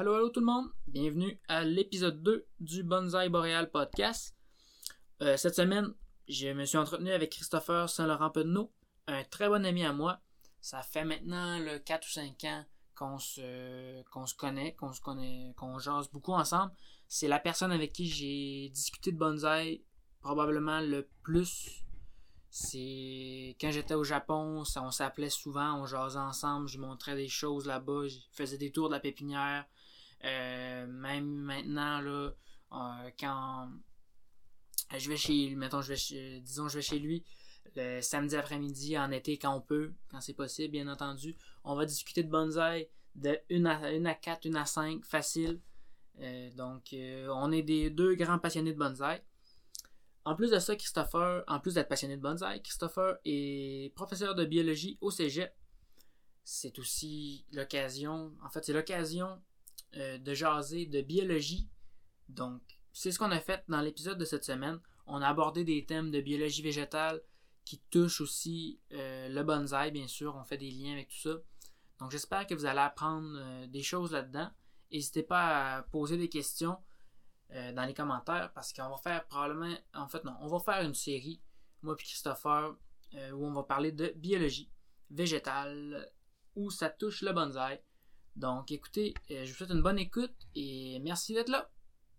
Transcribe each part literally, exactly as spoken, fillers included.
Allô, allô tout le monde, bienvenue à l'épisode deux du Bonsaï Boréal Podcast. Euh, cette semaine, je me suis entretenu avec Christopher Saint-Laurent-Pedneau, un très bon ami à moi. Ça fait maintenant là, quatre ou cinq ans qu'on se, qu'on se connaît, qu'on se connaît, qu'on jase beaucoup ensemble. C'est la personne avec qui j'ai discuté de bonsaï probablement le plus. C'est quand j'étais au Japon, ça, on s'appelait souvent, on jasait ensemble, je lui montrais des choses là-bas, je faisais des tours de la pépinière. Euh, même maintenant, là, euh, quand je vais chez mettons, je vais chez, disons, je vais chez lui le samedi après-midi, en été, quand on peut, quand c'est possible, bien entendu. On va discuter de bonsaï de une à quatre, une à cinq, facile. Euh, donc, euh, on est des deux grands passionnés de bonsaï. En plus de ça, Christopher, en plus d'être passionné de bonsaï, Christopher est professeur de biologie au cégep. C'est aussi l'occasion, en fait, c'est l'occasion euh, de jaser de biologie. Donc, c'est ce qu'on a fait dans l'épisode de cette semaine. On a abordé des thèmes de biologie végétale qui touchent aussi euh, le bonsaï, bien sûr. On fait des liens avec tout ça. Donc, j'espère que vous allez apprendre euh, des choses là-dedans. N'hésitez pas à poser des questions euh, dans les commentaires parce qu'on va faire probablement... En fait, non, on va faire une série, moi et Christopher, euh, où on va parler de biologie végétale, où ça touche le bonsaï. Donc, écoutez, euh, je vous souhaite une bonne écoute et merci d'être là.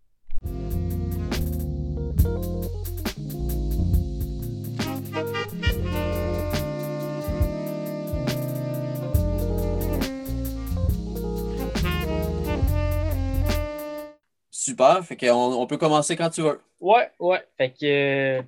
Super, fait qu'on on peut commencer quand tu veux. Ouais, ouais. Fait que. Euh,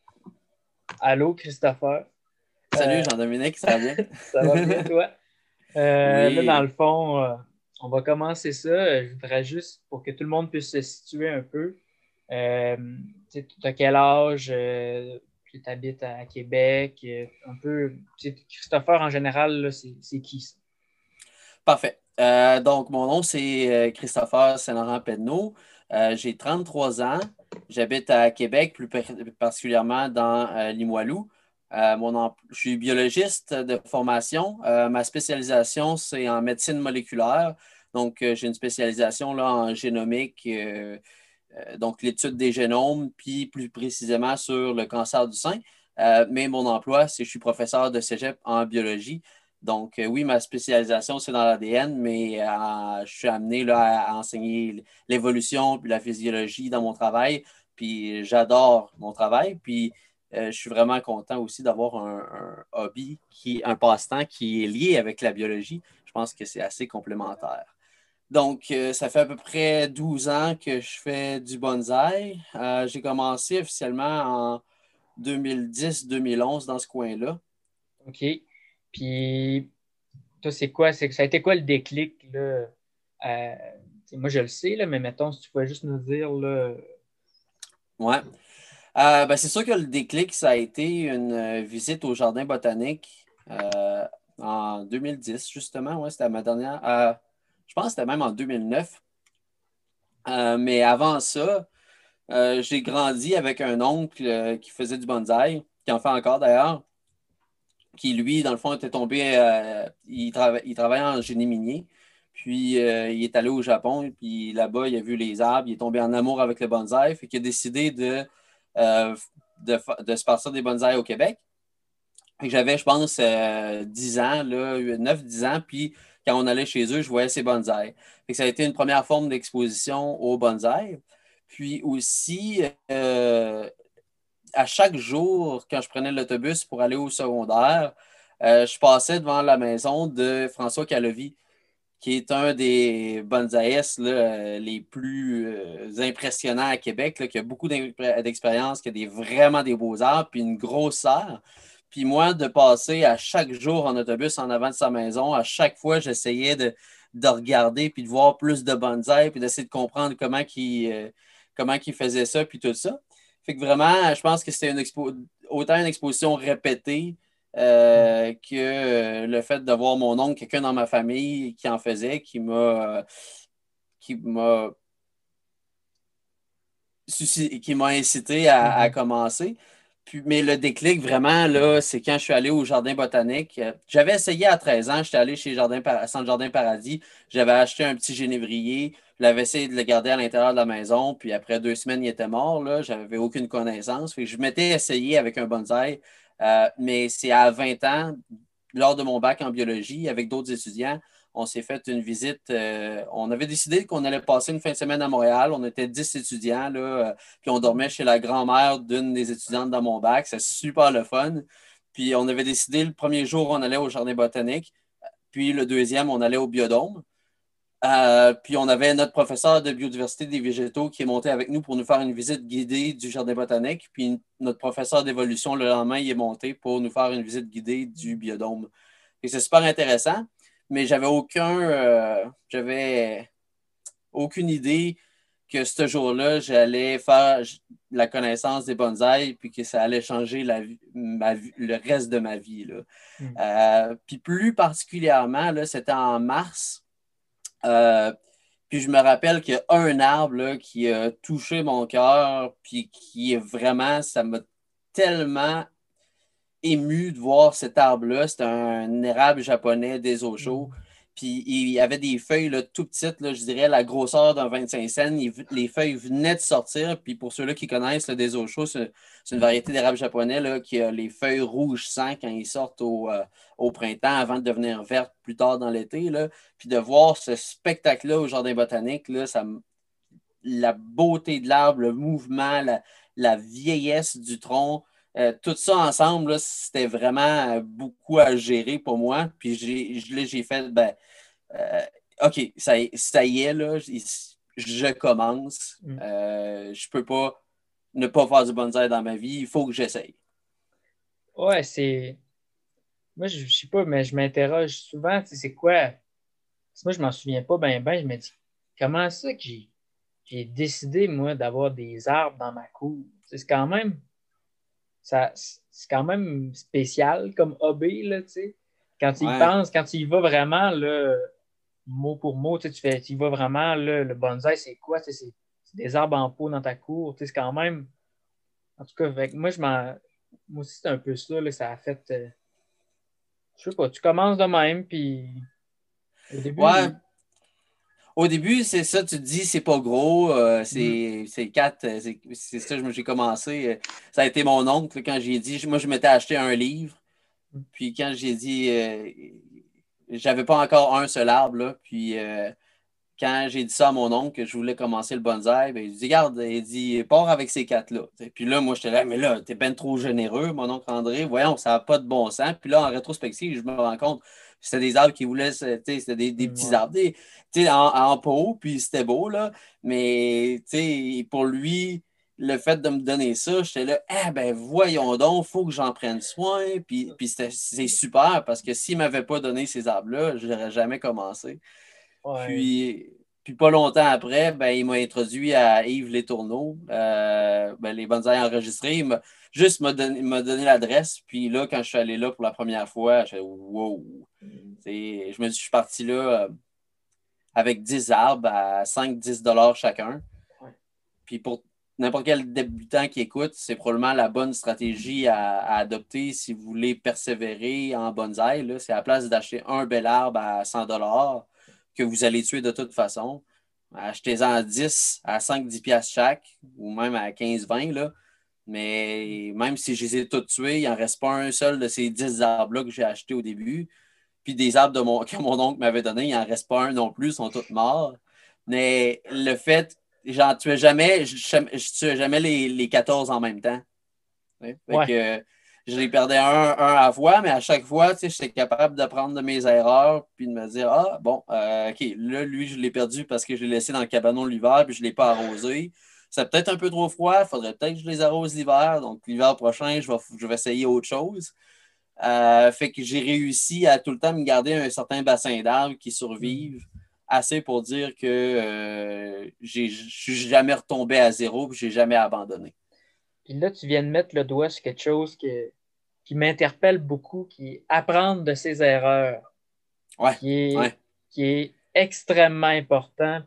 allô, Christopher. Salut, Euh, Jean-Dominique, ça va bien? Ça va bien, toi? Euh, là, dans Oui, le fond, euh, on va commencer ça. Euh, Je voudrais juste, pour que tout le monde puisse se situer un peu, euh, tu as quel âge? Euh, tu habites à Québec? Euh, un peu. Christopher, en général, là, c'est, c'est qui ça? parfait. Euh, donc, mon nom, c'est euh, Christopher Saint-Laurent-Pedneau. Euh, j'ai trente-trois ans. J'habite à Québec, plus par- particulièrement dans euh, Limoilou. Euh, mon em- Je suis biologiste de formation. Euh, ma spécialisation, c'est en médecine moléculaire. Donc, euh, j'ai une spécialisation là, en génomique, euh, euh, donc l'étude des génomes, puis plus précisément sur le cancer du sein. Euh, mais mon emploi, c'est que je suis professeur de cégep en biologie. Donc, euh, oui, ma spécialisation, c'est dans l'A D N, mais euh, je suis amené là, à enseigner l'évolution puis la physiologie dans mon travail. Puis j'adore mon travail. Puis euh, je suis vraiment content aussi d'avoir un, un hobby, qui, un passe-temps qui est lié avec la biologie. Je pense que c'est assez complémentaire. Donc, euh, ça fait à peu près douze ans que je fais du bonsaï. Euh, j'ai commencé officiellement en deux mille dix deux mille onze dans ce coin-là. OK. Puis, toi, c'est quoi? C'est, ça a été quoi le déclic, là? Euh, moi, je le sais, là, mais mettons, si tu pouvais juste nous dire, là. Ouais. Euh, ben, c'est sûr que le déclic, ça a été une euh, visite au jardin botanique euh, en deux mille dix, justement. Ouais, c'était ma dernière. Euh, je pense que c'était même en deux mille neuf. Euh, mais avant ça, euh, j'ai grandi avec un oncle euh, qui faisait du bonsaï, qui en fait encore d'ailleurs, qui lui, dans le fond, était tombé. Euh, il, trava- il travaillait en génie minier. Puis euh, il est allé au Japon, puis là-bas, il a vu les arbres, il est tombé en amour avec le bonsaï, fait qu'il a décidé de, euh, de, fa- de se partir des bonsaïs au Québec. Fait que j'avais, je pense, euh, dix ans, là, neuf dix ans, puis quand on allait chez eux, je voyais ces bonsaïs. Fait que ça a été une première forme d'exposition aux bonsaïs. Puis aussi, euh, à chaque jour, quand je prenais l'autobus pour aller au secondaire, euh, je passais devant la maison de François Calovi, qui est un des bonsaïstes là, euh, les plus euh, impressionnants à Québec, là, qui a beaucoup d'expérience, qui a des, vraiment des beaux arbres, puis une grosse serre. Puis moi, de passer à chaque jour en autobus en avant de sa maison, à chaque fois, j'essayais de, de regarder, puis de voir plus de bonsaïs, puis d'essayer de comprendre comment il, euh, comment il faisait ça, puis tout ça. Fait que vraiment, je pense que c'était une expo autant une exposition répétée euh, que euh, le fait de voir mon oncle, quelqu'un dans ma famille qui en faisait, qui m'a euh, qui m'a qui m'a incité à, à Mhm. commencer. puis, mais le déclic, vraiment, là, c'est quand je suis allé au Jardin botanique. Euh, J'avais essayé à treize ans, j'étais allé chez Jardin, Par- Centre Jardin Paradis. J'avais acheté un petit génévrier. Je l'avais essayé de le garder à l'intérieur de la maison. Puis après deux semaines, il était mort. Là. J'avais aucune connaissance. Fait que je m'étais essayé avec un bonsaï. Euh, mais c'est à vingt ans, lors de mon bac en biologie, avec d'autres étudiants, on s'est fait une visite. Euh, on avait décidé qu'on allait passer une fin de semaine à Montréal. On était dix étudiants, là, euh, puis on dormait chez la grand-mère d'une des étudiantes dans mon bac. C'est super le fun. Puis on avait décidé le premier jour, on allait au jardin botanique. Puis le deuxième, on allait au biodôme. Euh, puis on avait notre professeur de biodiversité des végétaux qui est monté avec nous pour nous faire une visite guidée du jardin botanique. Puis notre professeur d'évolution, le lendemain, il est monté pour nous faire une visite guidée du biodôme. Et c'est super intéressant, mais j'avais aucun, euh, j'avais aucune idée que ce jour-là, j'allais faire la connaissance des bonsaïs puis que ça allait changer la vie, ma vie, le reste de ma vie. Là. Mm. Euh, puis plus particulièrement, là, c'était en mars. Euh, puis je me rappelle qu'il y a un arbre là, qui a touché mon cœur, puis qui est vraiment, ça m'a tellement ému de voir cet arbre-là. C'était un érable japonais des Osho. Puis il y avait des feuilles là, tout petites, là, je dirais la grosseur d'un vingt-cinq cents. Il, les feuilles venaient de sortir. Puis pour ceux-là qui connaissent le des Osho, c'est, c'est une variété d'érable japonais là, qui a les feuilles rouges sang quand ils sortent au, euh, au printemps avant de devenir vertes plus tard dans l'été. Là. Puis de voir ce spectacle-là au jardin botanique, là, ça, la beauté de l'arbre, le mouvement, la, la vieillesse du tronc. Euh, tout ça ensemble, là, c'était vraiment euh, beaucoup à gérer pour moi. Puis j'ai, j'ai, j'ai fait, ben, euh, OK, ça, ça y est, là, je commence. Mm. Euh, je peux pas ne pas faire du bonsaï dans ma vie. Il faut que j'essaye. Ouais, c'est. Moi, je, je sais pas, mais je m'interroge souvent, tu sais, c'est quoi? Parce que moi, je m'en souviens pas bien, ben, je me dis, comment ça que j'ai, j'ai décidé, moi, d'avoir des arbres dans ma cour? Tu sais, c'est quand même. Ça, c'est quand même spécial comme hobby, là, tu sais. Quand tu y Ouais. penses, quand tu y vas vraiment, là, mot pour mot, tu sais, tu fais, tu y vas vraiment, là, le bonsaï, c'est quoi? Tu sais, c'est, c'est des arbres en pot dans ta cour. Tu sais, c'est quand même. En tout cas, avec, moi, je m'en. Moi aussi, c'est un peu ça, là, ça a fait. Euh, je sais pas, tu commences de même, puis au Ouais. début. Au début, c'est ça, tu te dis, c'est pas gros, euh, Mm. c'est, c'est quatre, euh, c'est, c'est ça, j'ai commencé. euh, Ça a été mon oncle, quand j'ai dit, moi, je m'étais acheté un livre. Puis quand j'ai dit, euh, j'avais pas encore un seul arbre, là, puis euh, quand j'ai dit ça à mon oncle que je voulais commencer le bonsaï, ben, il dit, regarde, il dit, pars avec ces quatre-là. T'sais. Puis là, moi, j'étais là, mais là, t'es ben trop généreux, mon oncle André, voyons, ça n'a pas de bon sens. Puis là, en rétrospective, je me rends compte, c'était des arbres qui voulaient, se- t'sais, c'était des, des Mm, petits ouais. arbres, des, t'sais, en, en pot, puis c'était beau, là. Mais, t'sais, pour lui, le fait de me donner ça, j'étais là, eh ben voyons donc, il faut que j'en prenne soin. Puis, puis c'était- c'est super parce que s'il ne m'avait pas donné ces arbres-là, je n'aurais jamais commencé. Ouais. Puis, puis pas longtemps après, ben, il m'a introduit à Yves Les Tourneaux, euh, ben, les bonsaïs enregistrés. Il m'a juste m'a donné, m'a donné l'adresse. Puis là, quand je suis allé là pour la première fois, j'ai wow. C'est- Je me suis parti là euh, avec dix arbres à cinq dix dollars chacun. Ouais. Puis pour n'importe quel débutant qui écoute, c'est probablement la bonne stratégie à, à adopter si vous voulez persévérer en bonsaï. Là. C'est à la place d'acheter un bel arbre à cent dollars que vous allez tuer de toute façon. Achetez-en dix à cinq dix piastres chaque, ou même à quinze vingt. Là. Mais même si je les ai tous tués, il n'en reste pas un seul de ces dix arbres-là que j'ai achetés au début. Puis des arbres de mon, que mon oncle m'avait donné, il n'en reste pas un non plus, ils sont tous morts. Mais le fait, j'en tuais jamais, je, je tuais jamais les, les quatorze en même temps. Ouais. Fait Ouais. que je les perdais un, un à la fois, mais à chaque fois, j'étais capable d'apprendre de mes erreurs puis de me dire, ah, bon, euh, OK, là, lui, je l'ai perdu parce que je l'ai laissé dans le cabanon l'hiver puis je ne l'ai pas arrosé. C'est peut-être un peu trop froid, il faudrait peut-être que je les arrose l'hiver. Donc, l'hiver prochain, je vais, je vais essayer autre chose. Euh, fait que j'ai réussi à tout le temps me garder un certain bassin d'arbres qui survivent assez pour dire que euh, j'ai- je suis jamais retombé à zéro et je n'ai jamais abandonné. Puis là, tu viens de mettre le doigt sur quelque chose que, qui m'interpelle beaucoup, qui est apprendre de ses erreurs, Ouais, qui est, ouais, qui est extrêmement important.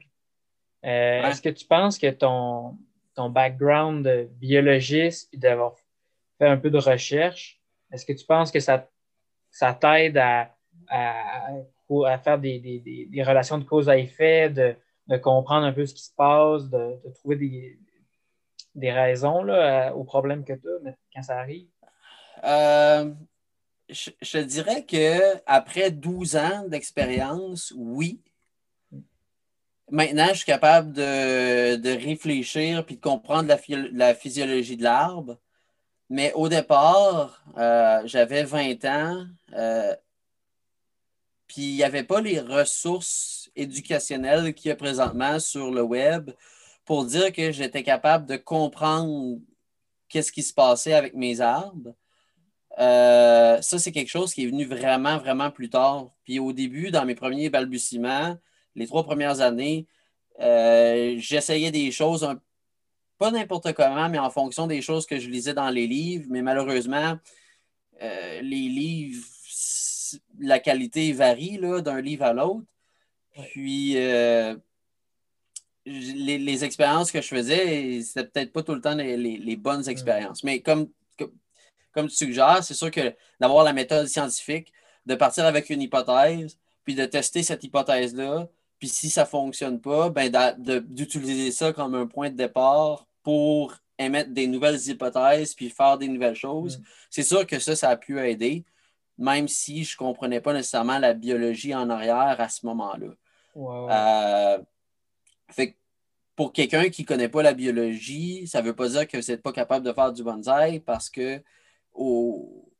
Euh, ouais. est-ce que tu penses que ton, ton background de biologiste, puis d'avoir fait un peu de recherche, est-ce que tu penses que ça, ça t'aide à, à, à faire des, des, des, des relations de cause à effet, de, de comprendre un peu ce qui se passe, de, de trouver des, des raisons là, aux problèmes que tu as quand ça arrive? Euh, je, je dirais que après douze ans d'expérience, oui. Maintenant, je suis capable de, de réfléchir puis de comprendre la, phy- la physiologie de l'arbre. Mais au départ, euh, j'avais vingt ans, euh, puis il n'y avait pas les ressources éducationnelles qu'il y a présentement sur le web pour dire que j'étais capable de comprendre qu'est-ce qui se passait avec mes arbres. Euh, ça, c'est quelque chose qui est venu vraiment, vraiment plus tard. Puis au début, dans mes premiers balbutiements, les trois premières années, euh, j'essayais des choses, un- pas n'importe comment, mais en fonction des choses que je lisais dans les livres. Mais malheureusement, euh, les livres, la qualité varie là, d'un livre à l'autre. Ouais. Puis, euh, les, les expériences que je faisais, c'était peut-être pas tout le temps les, les- les bonnes expériences. Mais comme, comme, comme tu suggères, c'est sûr que d'avoir la méthode scientifique, de partir avec une hypothèse, puis de tester cette hypothèse-là, puis si ça ne fonctionne pas, ben d'a- de- d'utiliser ça comme un point de départ pour émettre des nouvelles hypothèses, puis faire des nouvelles choses. Mm. C'est sûr que ça, ça a pu aider, même si je ne comprenais pas nécessairement la biologie en arrière à ce moment-là. Ouais, ouais. Euh, fait que pour quelqu'un qui ne connaît pas la biologie, ça ne veut pas dire que vous n'êtes pas capable de faire du bonsaï parce que, au,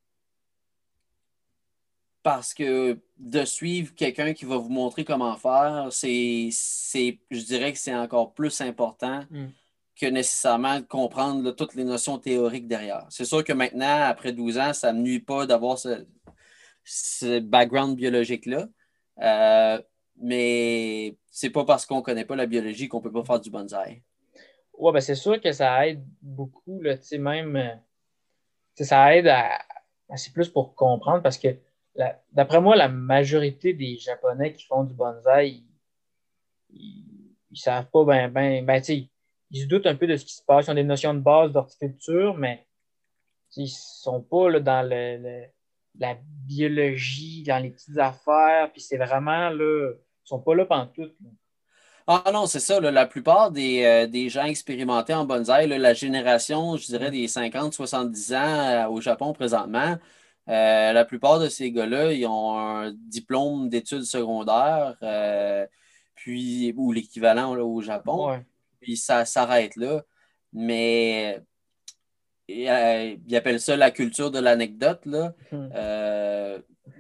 parce que de suivre quelqu'un qui va vous montrer comment faire, c'est, c'est, je dirais que c'est encore plus important Mm. que nécessairement de comprendre là, toutes les notions théoriques derrière. C'est sûr que maintenant, après douze ans, ça ne me nuit pas d'avoir ce, ce background biologique-là. Euh, mais c'est pas parce qu'on ne connaît pas la biologie qu'on ne peut pas faire du bonsaï. Ouais, ben c'est sûr que ça aide beaucoup, là, tu sais, même, euh, tu sais, ça aide à, à- c'est plus pour comprendre parce que la- d'après moi, la majorité des Japonais qui font du bonsaï, ils, ils savent pas ben, ben, ben, tu sais, ils se doutent un peu de ce qui se passe, ils ont des notions de base d'horticulture, mais tu sais, ils sont pas là, dans le, le- la biologie, dans les petites affaires, puis c'est vraiment là, ils sont pas là pendant tout. Ah non, c'est ça. Là, la plupart des, euh, des gens expérimentés en bonsaï, là, la génération, je dirais, Mm. des cinquante soixante-dix ans euh, au Japon présentement, euh, la plupart de ces gars-là, ils ont un diplôme d'études secondaires, euh, puis, ou l'équivalent là, au Japon, Ouais. puis ça s'arrête là. Mais euh, ils appellent ça la culture de l'anecdote, là. Mm. Euh,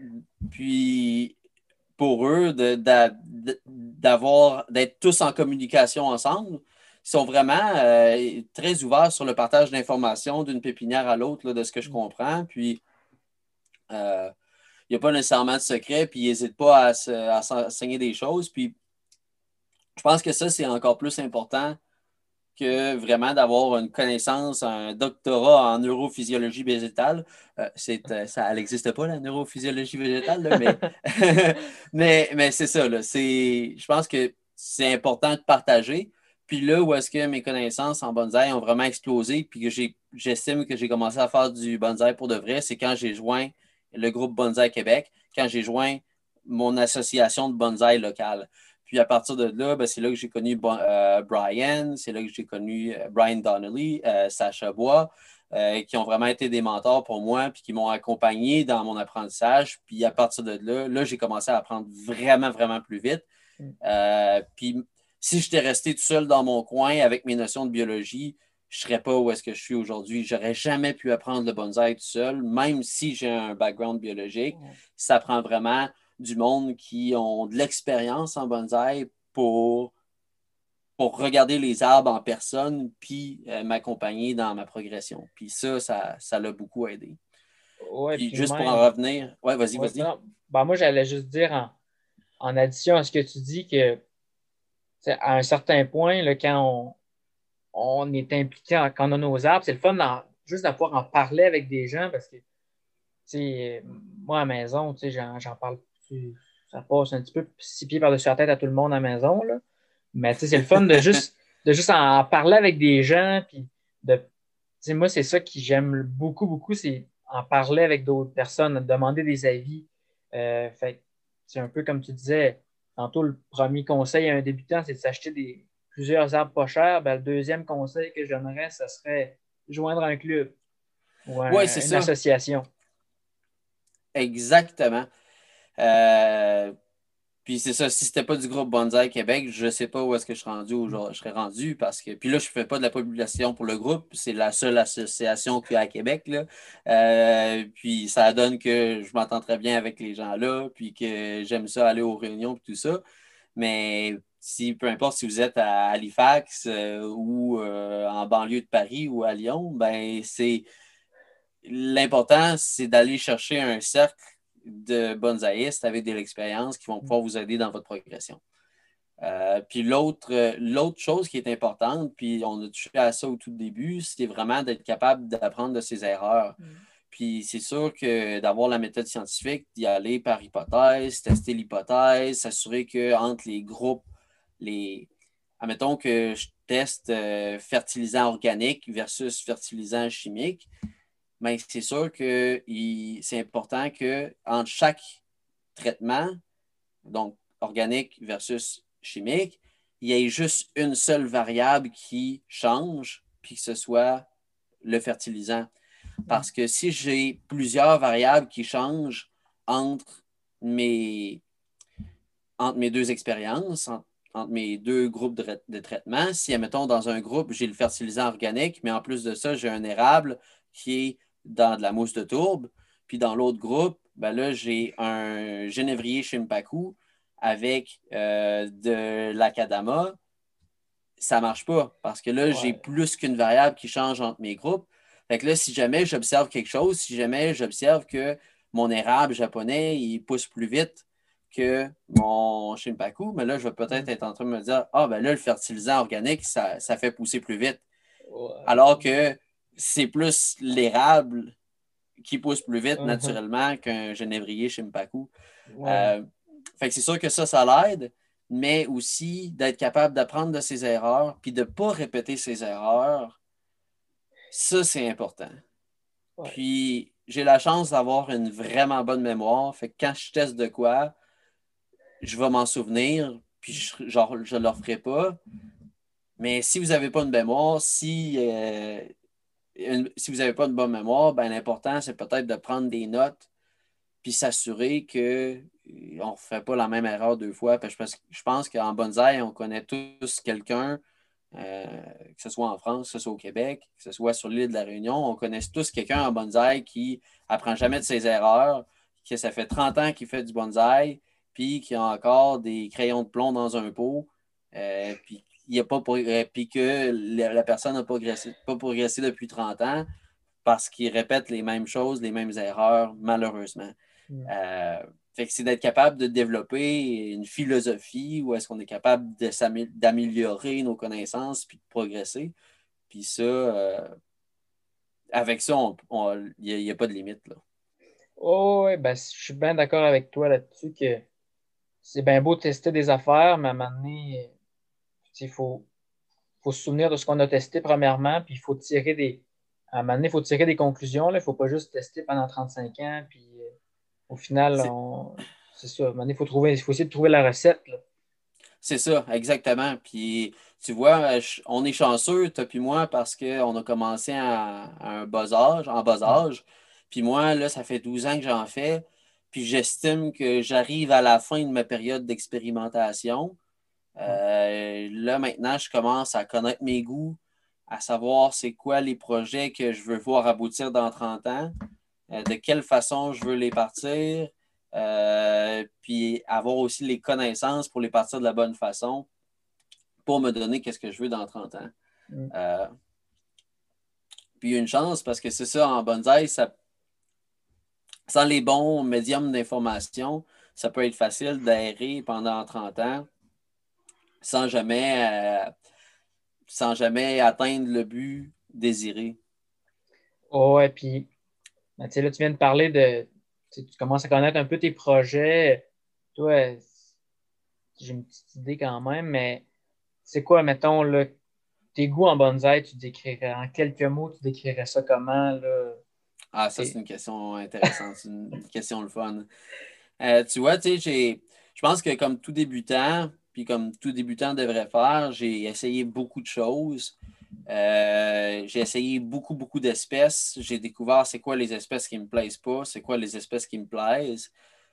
puis pour eux de, de, d'avoir, d'être tous en communication ensemble. Ils sont vraiment euh, très ouverts sur le partage d'informations d'une pépinière à l'autre, là, de ce que je comprends. Puis, euh, il n'y a pas nécessairement de secret, puis ils n'hésitent pas à, se, à s'enseigner des choses. Puis, je pense que ça, c'est encore plus important que vraiment d'avoir une connaissance, un doctorat en neurophysiologie végétale. Euh, c'est, euh, ça, elle n'existe pas, la neurophysiologie végétale, là, mais, mais, mais c'est ça. Là, c'est, je pense que c'est important de partager. Puis là où est-ce que mes connaissances en bonsaï ont vraiment explosé, puis que j'ai, j'estime que j'ai commencé à faire du bonsaï pour de vrai, c'est quand j'ai joint le groupe Bonsaï Québec, quand j'ai joint mon association de bonsaï locale. Puis à partir de là, ben, c'est là que j'ai connu euh, Brian, c'est là que j'ai connu euh, Brian Donnelly, euh, Sacha Bois, euh, qui ont vraiment été des mentors pour moi, puis qui m'ont accompagné dans mon apprentissage. Puis à partir de là, là, j'ai commencé à apprendre vraiment, vraiment plus vite. Euh, puis si j'étais resté tout seul dans mon coin avec mes notions de biologie, je ne serais pas où est-ce que je suis aujourd'hui. Je n'aurais jamais pu apprendre le bonsaï tout seul, même si j'ai un background biologique. Ça prend vraiment du monde qui ont de l'expérience en bonsaï pour, pour regarder les arbres en personne puis euh, m'accompagner dans ma progression. Puis ça, ça, ça l'a beaucoup aidé. Ouais, Puis puis juste pour en même. revenir, ouais, vas-y, Ouais, vas-y. non, ben moi, j'allais juste dire en, en addition à ce que tu dis que t'sais, à un certain point, là, quand on, on est impliqué, en- quand on a nos arbres, c'est le fun d'en- juste de pouvoir en parler avec des gens parce que t'sais, moi, à la maison, t'sais, j'en, j'en parle, tu- ça passe un petit peu six pieds par-dessus la tête à tout le monde à la maison. Là. Mais t'sais, c'est le fun de juste, de juste en parler avec des gens puis de sais, moi, c'est ça que j'aime beaucoup, beaucoup, c'est en parler avec d'autres personnes, demander des avis. Euh, fait que c'est un peu comme tu disais, tantôt, le premier conseil à un débutant, c'est de s'acheter des, plusieurs arbres pas chers. Ben, le deuxième conseil que je donnerais, ce serait joindre un club ou Oui, c'est un- une ça. association. Exactement. Euh, Puis c'est ça, si c'était pas du groupe Bonsaï Québec, je sais pas où est-ce que je serais rendu aujourd'hui, je serais rendu parce que. Puis là, je fais pas de la publication pour le groupe, c'est la seule association qu'il y a à Québec, là. Euh, puis ça donne que je m'entends très bien avec les gens là, puis que j'aime ça aller aux réunions et tout ça. Mais si, peu importe si vous êtes à Halifax euh, ou euh, en banlieue de Paris ou à Lyon, ben c'est l'important, c'est d'aller chercher un cercle de bonsaïstes avec de l'expérience qui vont pouvoir vous aider dans votre progression. Euh, puis l'autre, euh, l'autre chose qui est importante, puis on a touché à ça au tout début, c'est vraiment d'être capable d'apprendre de ses erreurs. Mm. Puis c'est sûr que d'avoir la méthode scientifique, d'y aller par hypothèse, tester l'hypothèse, s'assurer que entre les groupes, les. Admettons que je teste euh, fertilisant organique versus fertilisant chimique, mais c'est sûr que il- c'est important que entre chaque traitement, donc organique versus chimique, il y ait juste une seule variable qui change, puis que ce soit le fertilisant. Parce que si j'ai plusieurs variables qui changent entre mes, entre mes deux expériences, entre, entre mes deux groupes de, de traitement, si, admettons, dans un groupe, j'ai le fertilisant organique, mais en plus de ça, j'ai un érable qui est dans de la mousse de tourbe, puis dans l'autre groupe, ben là, j'ai un genévrier Shimpaku avec euh, de l'acadama, ça ne marche pas parce que là, j'ai Ouais. plus qu'une variable qui change entre mes groupes. Fait que là, si jamais j'observe quelque chose, si jamais j'observe que mon érable japonais, il pousse plus vite que mon Shimpaku, mais là, je vais peut-être Mm. être en train de me dire, ah, ben là, le fertilisant organique, ça, ça fait pousser plus vite. Ouais. Alors que c'est plus l'érable qui pousse plus vite Uh-huh. naturellement qu'un genévrier Shimpaku. Ouais. Euh, fait que c'est sûr que ça, ça l'aide, mais aussi d'être capable d'apprendre de ses erreurs, puis de ne pas répéter ses erreurs, ça, c'est important. Ouais. Puis, j'ai la chance d'avoir une vraiment bonne mémoire, fait que quand je teste de quoi, je vais m'en souvenir, puis je, genre, je ne le referai pas. Mais si vous n'avez pas une mémoire, si, euh, une- si vous n'avez pas une bonne mémoire, ben, l'important, c'est peut-être de prendre des notes puis s'assurer qu'on ne refait pas la même erreur deux fois. Parce que je pense qu'en bonsaï, on connaît tous quelqu'un, euh, que ce soit en France, que ce soit au Québec, que ce soit sur l'île de la Réunion, on connaît tous quelqu'un en bonsaï qui apprend jamais de ses erreurs, que ça fait trente ans qu'il fait du bonsaï, puis qui a encore des crayons de plomb dans un pot, euh, puis, il a pas, euh, puis que la, la personne n'a pas progressé, pas progressé depuis trente ans parce qu'il répète les mêmes choses, les mêmes erreurs, malheureusement. Mm. Euh, fait que c'est d'être capable de développer une philosophie où est-ce qu'on est capable de d'améliorer nos connaissances puis de progresser. Puis ça, euh, avec ça, il n'y a, a, pas de limite, là. Oh, ouais, ben, je suis bien d'accord avec toi là-dessus que c'est bien beau de tester des affaires, mais à un moment donné, il faut, faut se souvenir de ce qu'on a testé premièrement, puis il faut tirer des. À un moment donné, il faut tirer des conclusions. Il ne faut pas juste tester pendant trente-cinq ans, puis euh, au final, C'est on... c'est ça. À un moment donné, il faut trouver, il faut essayer de trouver la recette, là. c'est ça, exactement. Puis tu vois, on est chanceux, toi puis moi, parce qu'on a commencé à, à un bas âge, en bas Mm. âge. Puis moi, là, ça fait douze ans que j'en fais. Puis j'estime que j'arrive à la fin de ma période d'expérimentation. Ouais. Euh, là, maintenant, je commence à connaître mes goûts, à savoir c'est quoi les projets que je veux voir aboutir dans trente ans, euh, de quelle façon je veux les partir, euh, puis avoir aussi les connaissances pour les partir de la bonne façon pour me donner qu'est-ce que je veux dans trente ans. Mm. Euh, puis une chance parce que c'est ça, en bonsaï, ça, sans les bons médiums d'information, ça peut être facile d'aérer pendant trente ans sans jamais, euh, sans jamais atteindre le but désiré. Oh, ouais, puis ben, tu sais, là, tu viens de parler de. Tu sais, tu commences à connaître un peu tes projets. Toi, j'ai une petite idée quand même, mais c'est quoi, mettons, là, tes goûts en bonsaï, tu décrirais en quelques mots, tu décrirais ça comment, là? Ah, ça, C'est- c'est une question intéressante. C'est une une question le fun. Euh, tu vois, tu sais, j'ai, je pense que comme tout débutant, puis comme tout débutant devrait faire, j'ai essayé beaucoup de choses. Euh, j'ai essayé beaucoup, beaucoup d'espèces. J'ai découvert c'est quoi les espèces qui me plaisent pas, c'est quoi les espèces qui me plaisent.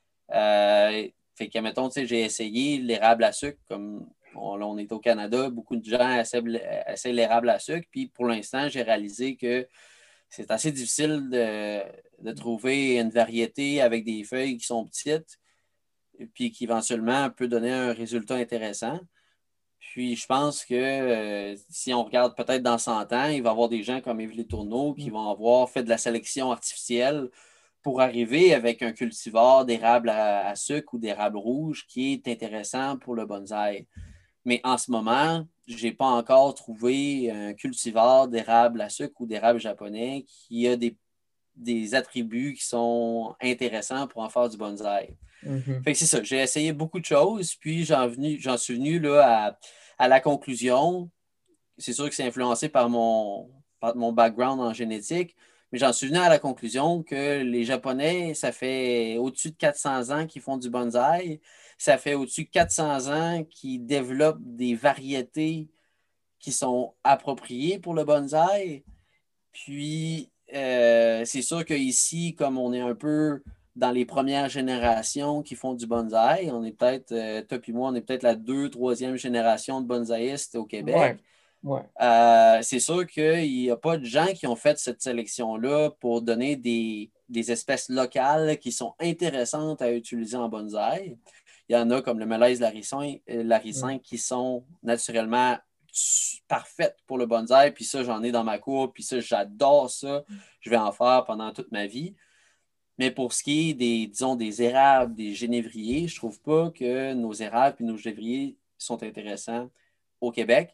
Euh, fait que, mettons, tu sais, j'ai essayé l'érable à sucre, comme on, là, on est au Canada, beaucoup de gens essaient, essaient l'érable à sucre, puis pour l'instant, j'ai réalisé que c'est assez difficile de, de trouver une variété avec des feuilles qui sont petites, puis qui éventuellement peut donner un résultat intéressant. Puis je pense que euh, si on regarde peut-être dans cent ans, il va y avoir des gens comme Yves Les Tourneaux qui vont avoir fait de la sélection artificielle pour arriver avec un cultivar d'érable à, à sucre ou d'érable rouge qui est intéressant pour le bonsaï. Mais en ce moment, je n'ai pas encore trouvé un cultivar d'érable à sucre ou d'érable japonais qui a des, des attributs qui sont intéressants pour en faire du bonsaï. Mhm. Fait que c'est ça, j'ai essayé beaucoup de choses, puis j'en, venu, j'en suis venu là, à, à la conclusion. C'est sûr que c'est influencé par mon, par mon background en génétique, mais j'en suis venu à la conclusion que les Japonais, ça fait au-dessus de quatre cents ans qu'ils font du bonsaï. Ça fait au-dessus de quatre cents ans qu'ils développent des variétés qui sont appropriées pour le bonsaï. Puis, euh, c'est sûr qu'ici, comme on est un peu dans les premières générations qui font du bonsaï, on est peut-être, euh, toi et moi, on est peut-être la deux, troisième génération de bonsaïstes au Ouais, Québec. ouais. Euh, c'est sûr qu'il n'y a pas de gens qui ont fait cette sélection-là pour donner des, des espèces locales qui sont intéressantes à utiliser en bonsaï. Il y en a comme le mélèze laricin, euh, laricin qui sont naturellement parfaites pour le bonsaï. Puis ça, j'en ai dans ma cour. Puis ça, j'adore ça. Je vais en faire pendant toute ma vie. Mais pour ce qui est des, disons, des érables, des génévriers, je trouve pas que nos érables et nos génévriers sont intéressants au Québec.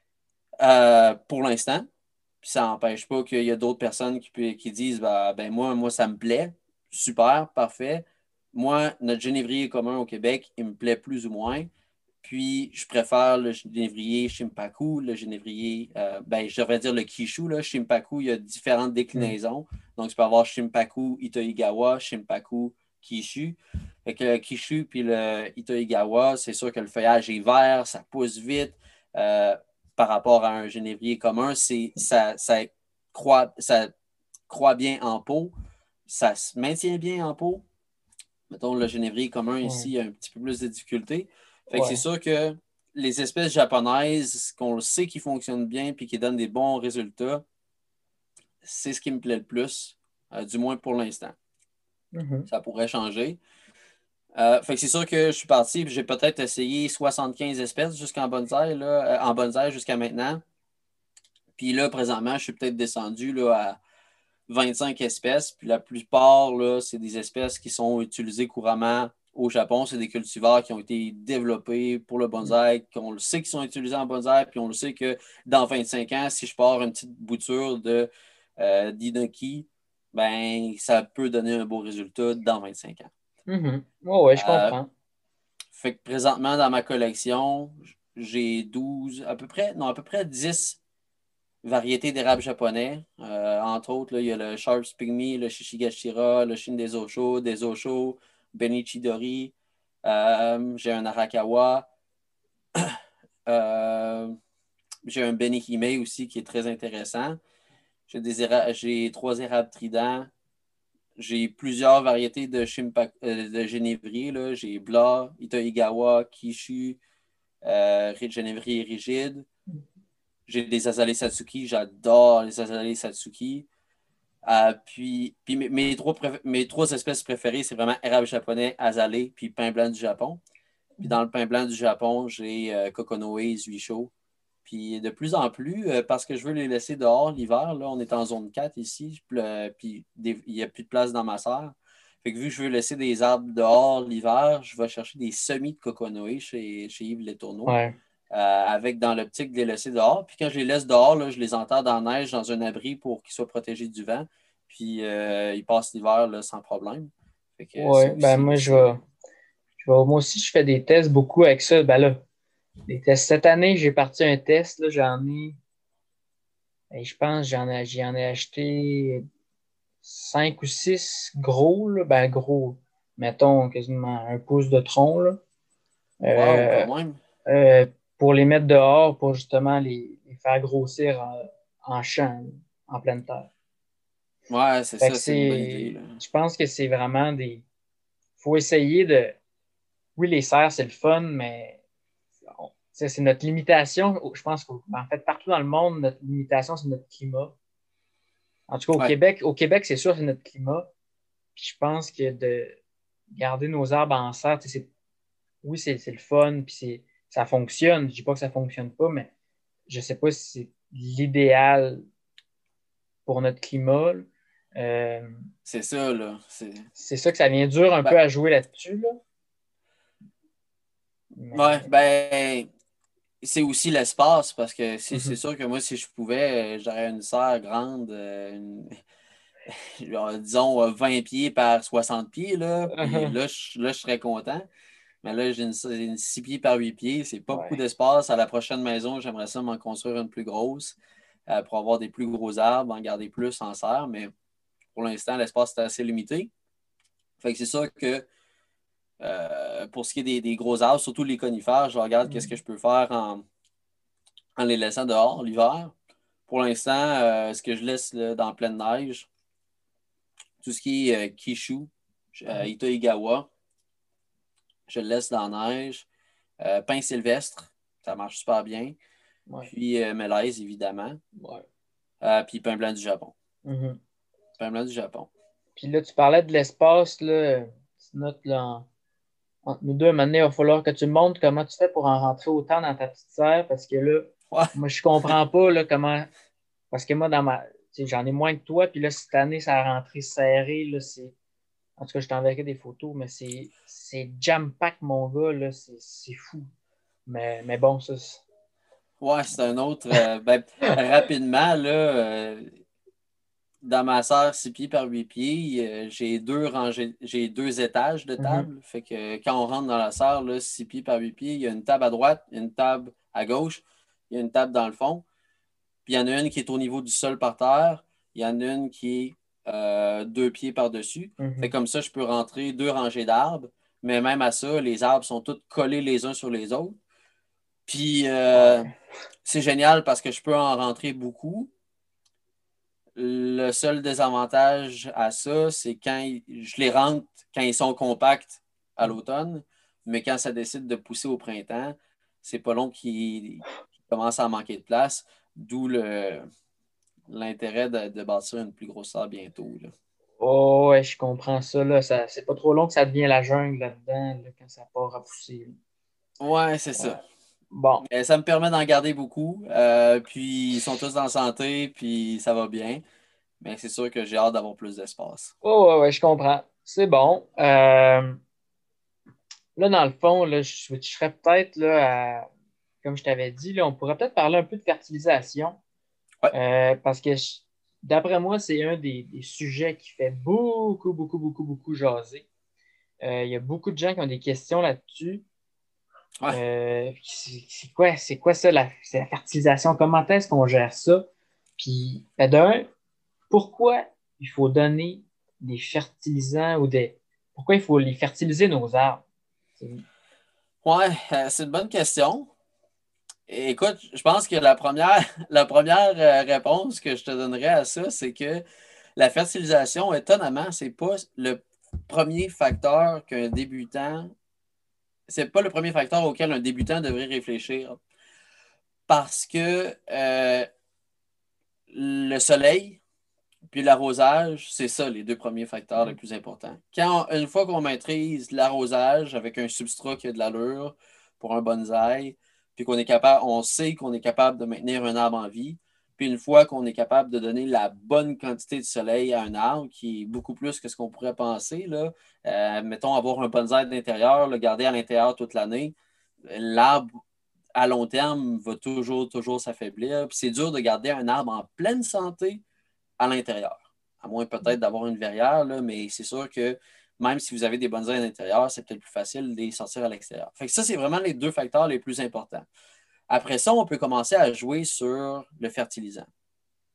Euh, pour l'instant. Puis ça n'empêche pas qu'il y a d'autres personnes qui, peut- qui disent bah, ben moi, moi, ça me plaît. Super, parfait. Moi, notre génévrier commun au Québec, il me plaît plus ou moins. Puis je préfère le génévrier Shimpaku, le génévrier, euh, ben, je devrais dire le Kishu. Là. Shimpaku, il y a différentes déclinaisons. Donc, tu peux avoir Shimpaku Itoigawa, Shimpaku Kishu. Fait que le Kishu puis le Itoigawa, c'est sûr que le feuillage est vert, ça pousse vite. Euh, par rapport à un génévrier commun, c'est, ça, ça, croît, ça croît bien en pot, ça se maintient bien en pot. Mettons, le génévrier commun Ouais. ici a un petit peu plus de difficultés. Fait que c'est Ouais. sûr que les espèces japonaises, qu'on sait qui fonctionnent bien et qui donnent des bons résultats, c'est ce qui me plaît le plus, euh, du moins pour l'instant. Mhm. Ça pourrait changer. Euh, fait que c'est sûr que je suis parti, j'ai peut-être essayé soixante-quinze espèces jusqu'en bonsaï, là, euh, en bonsaï jusqu'à maintenant. Puis là, présentement, je suis peut-être descendu là, à vingt-cinq espèces. Puis la plupart, là, c'est des espèces qui sont utilisées couramment au Japon. C'est des cultivars qui ont été développés pour le bonsaï, qu'on le sait qu'ils sont utilisés en bonsaï, puis on le sait que dans vingt-cinq ans, si je pars une petite bouture de euh, d'Inoki, ben, ça peut donner un beau résultat dans vingt-cinq ans. Mhm. Ouais, ouais, je Euh, comprends. fait que présentement, dans ma collection, j'ai douze, à peu près, non, à peu près dix variétés d'érable japonais. Euh, entre autres, là, il y a le Sharps Pygmy, le Shishigashira, le Shin des Osho, des Osho, Benichidori. Euh, j'ai un Arakawa. Euh, j'ai un Benihime aussi qui est très intéressant. J'ai, des éra- j'ai trois érables tridents. J'ai plusieurs variétés de, Shimpa- euh, de génévrier. Là. J'ai Blas, Itoigawa, Kishu, euh, Genévrier rigide. J'ai des Azalea Satsuki. J'adore les Azalea Satsuki. Euh, puis puis mes, mes trois préf- mes trois espèces préférées, c'est vraiment érable japonais, azalée, puis pain blanc du Japon. Puis dans le pain blanc du Japon, j'ai euh, Kokonoe, Zuisho. Puis de plus en plus, euh, parce que je veux les laisser dehors l'hiver, là, on est en zone quatre ici, puis euh, puis des- il n'y a plus de place dans ma serre. Fait que vu que je veux laisser des arbres dehors l'hiver, je vais chercher des semis de Kokonoe chez, chez Yves Les Tourneaux, Ouais. euh, avec dans l'optique de les laisser dehors. Puis quand je les laisse dehors, là, je les enterre dans la neige, dans un abri pour qu'ils soient protégés du vent. Puis euh, ils passent l'hiver là, sans problème. Fait que ça Ouais. Ben aussi, moi, je c'est... vais, je vais. Moi aussi, je fais des tests beaucoup avec ça. Ben là, des tests. Cette année, j'ai parti un test. Là, j'en ai. Et je pense que j'en ai, j'en ai acheté cinq ou six gros, là. Ben gros, mettons quasiment un pouce de tronc, là. Wow, Euh, quand même. euh, pour les mettre dehors, pour justement les, les faire grossir en, en champ, en pleine terre. Ouais, c'est Fait que ça, c'est une bonne idée, c'est. là. Je pense que c'est vraiment des. Faut essayer de. Oui, les serres, c'est le fun, mais on- c'est c'est notre limitation. Je pense qu'en fait, partout dans le monde, notre limitation, c'est notre climat. En tout cas, au Ouais, Québec, au Québec, c'est sûr, c'est notre climat. Puis je pense que de garder nos arbres en serre, tu sais, c'est- oui, c'est c'est le fun, puis c'est- ça fonctionne. Je dis pas que ça fonctionne pas, mais je sais pas si c'est l'idéal pour notre climat, là. Euh, c'est ça, là. C'est... c'est ça que ça vient dur un Ben, peu à jouer là-dessus, là. ouais, Mais ben, c'est aussi l'espace, parce que si, c'est mhm. sûr que moi, si je pouvais, euh, j'aurais une serre grande, euh, une- genre, disons, euh, vingt pieds par soixante pieds, là, puis là, je, là, je serais content. Mais là, j'ai une, une six pieds par huit pieds, c'est pas beaucoup Ouais. d'espace. À la prochaine maison, j'aimerais ça m'en construire une plus grosse, euh, pour avoir des plus gros arbres, en garder plus en serre, mais pour l'instant, l'espace est assez limité. Fait que c'est sûr que euh, pour ce qui est des, des gros arbres, surtout les conifères, je regarde qu'est-ce que Mhm. je peux faire en, en les laissant dehors l'hiver. Pour l'instant, euh, ce que je laisse là, dans pleine neige, tout ce qui est euh, Kishu, euh, Mhm. Itoigawa, je le laisse dans la neige. Euh, pin sylvestre, ça marche super bien. Ouais. Puis euh, mélèze, évidemment. Ouais. Euh, puis pain blanc du Japon. Mhm. Pain blanc du Japon. Puis là, tu parlais de l'espace, là. Tu notes, là, en- entre nous deux, un moment donné, il va falloir que tu me montres comment tu fais pour en rentrer autant dans ta petite serre, parce que là, Ouais, moi, je comprends pas, là, comment. Parce que moi, dans ma. Tu sais, j'en ai moins que toi, puis là, cette année, ça a rentré serré, là, c'est. En tout cas, je t'enverrai des photos, mais c'est c'est jam-pack, mon gars, là, c'est c'est fou. Mais, mais bon, ça. c'est- ouais, c'est un autre. Euh, ben, rapidement, là, euh, dans ma serre six pieds par huit pieds, euh, j'ai deux rangées, j'ai deux étages de Mhm. table. Fait que quand on rentre dans la serre, là, six pieds par huit pieds, il y a une table à droite, une table à gauche, il y a une table dans le fond. Puis il y en a une qui est au niveau du sol par terre. Il y en a une qui est euh, deux pieds par-dessus. Fait Mhm. comme ça, je peux rentrer deux rangées d'arbres. Mais même à ça, les arbres sont tous collés les uns sur les autres. Puis euh, Ouais. c'est génial parce que je peux en rentrer beaucoup. Le seul désavantage à ça, c'est quand ils- je les rentre quand ils sont compacts à l'automne, mais quand ça décide de pousser au printemps, c'est pas long qu'ils qu'ils commencent à manquer de place, d'où le, l'intérêt de, de bâtir une plus grosse serre bientôt, là. Oh, ouais, je comprends ça, là. Ça, c'est pas trop long que ça devient la jungle là-dedans, là, quand ça part à pousser, là. Ouais, c'est Ouais. ça. Bon. Et ça me permet d'en garder beaucoup. Euh, puis ils sont tous en santé, puis ça va bien. Mais c'est sûr que j'ai hâte d'avoir plus d'espace. Oh, ouais, ouais, je comprends. C'est bon. Euh, là, dans le fond, là, je switcherais peut-être, là, à- comme je t'avais dit, là, on pourrait peut-être parler un peu de fertilisation. Ouais, Euh, parce que je- d'après moi, c'est un des, des sujets qui fait beaucoup, beaucoup, beaucoup, beaucoup jaser. Euh, Il y a beaucoup de gens qui ont des questions là-dessus. ouais. Euh, c'est c'est quoi, c'est quoi ça, la, c'est la fertilisation? Comment est-ce qu'on gère ça? Puis, ben, d'un, pourquoi il faut donner des fertilisants ou des. Pourquoi il faut les fertiliser nos arbres? C'est- Ouais, euh, c'est une bonne question. Écoute, je pense que la première, la première euh, réponse que je te donnerais à ça, c'est que la fertilisation, étonnamment, c'est pas le premier facteur qu'un débutant, c'est pas le premier facteur auquel un débutant devrait réfléchir. Parce que euh, le soleil puis l'arrosage, c'est ça les deux premiers facteurs les plus importants. Quand, une fois qu'on maîtrise l'arrosage avec un substrat qui a de l'allure pour un bonsaï, puis qu'on est capable, on sait qu'on est capable de maintenir un arbre en vie, puis une fois qu'on est capable de donner la bonne quantité de soleil à un arbre, qui est beaucoup plus que ce qu'on pourrait penser, là, euh, mettons avoir un bonsaï d'intérieur, le garder à l'intérieur toute l'année, l'arbre à long terme va toujours, toujours s'affaiblir. Puis c'est dur de garder un arbre en pleine santé à l'intérieur. À moins peut-être d'avoir une verrière, là, mais c'est sûr que même si vous avez des bonsaïs à l'intérieur, c'est peut-être plus facile de les sortir à l'extérieur. Fait que ça, c'est vraiment les deux facteurs les plus importants. Après ça, on peut commencer à jouer sur le fertilisant.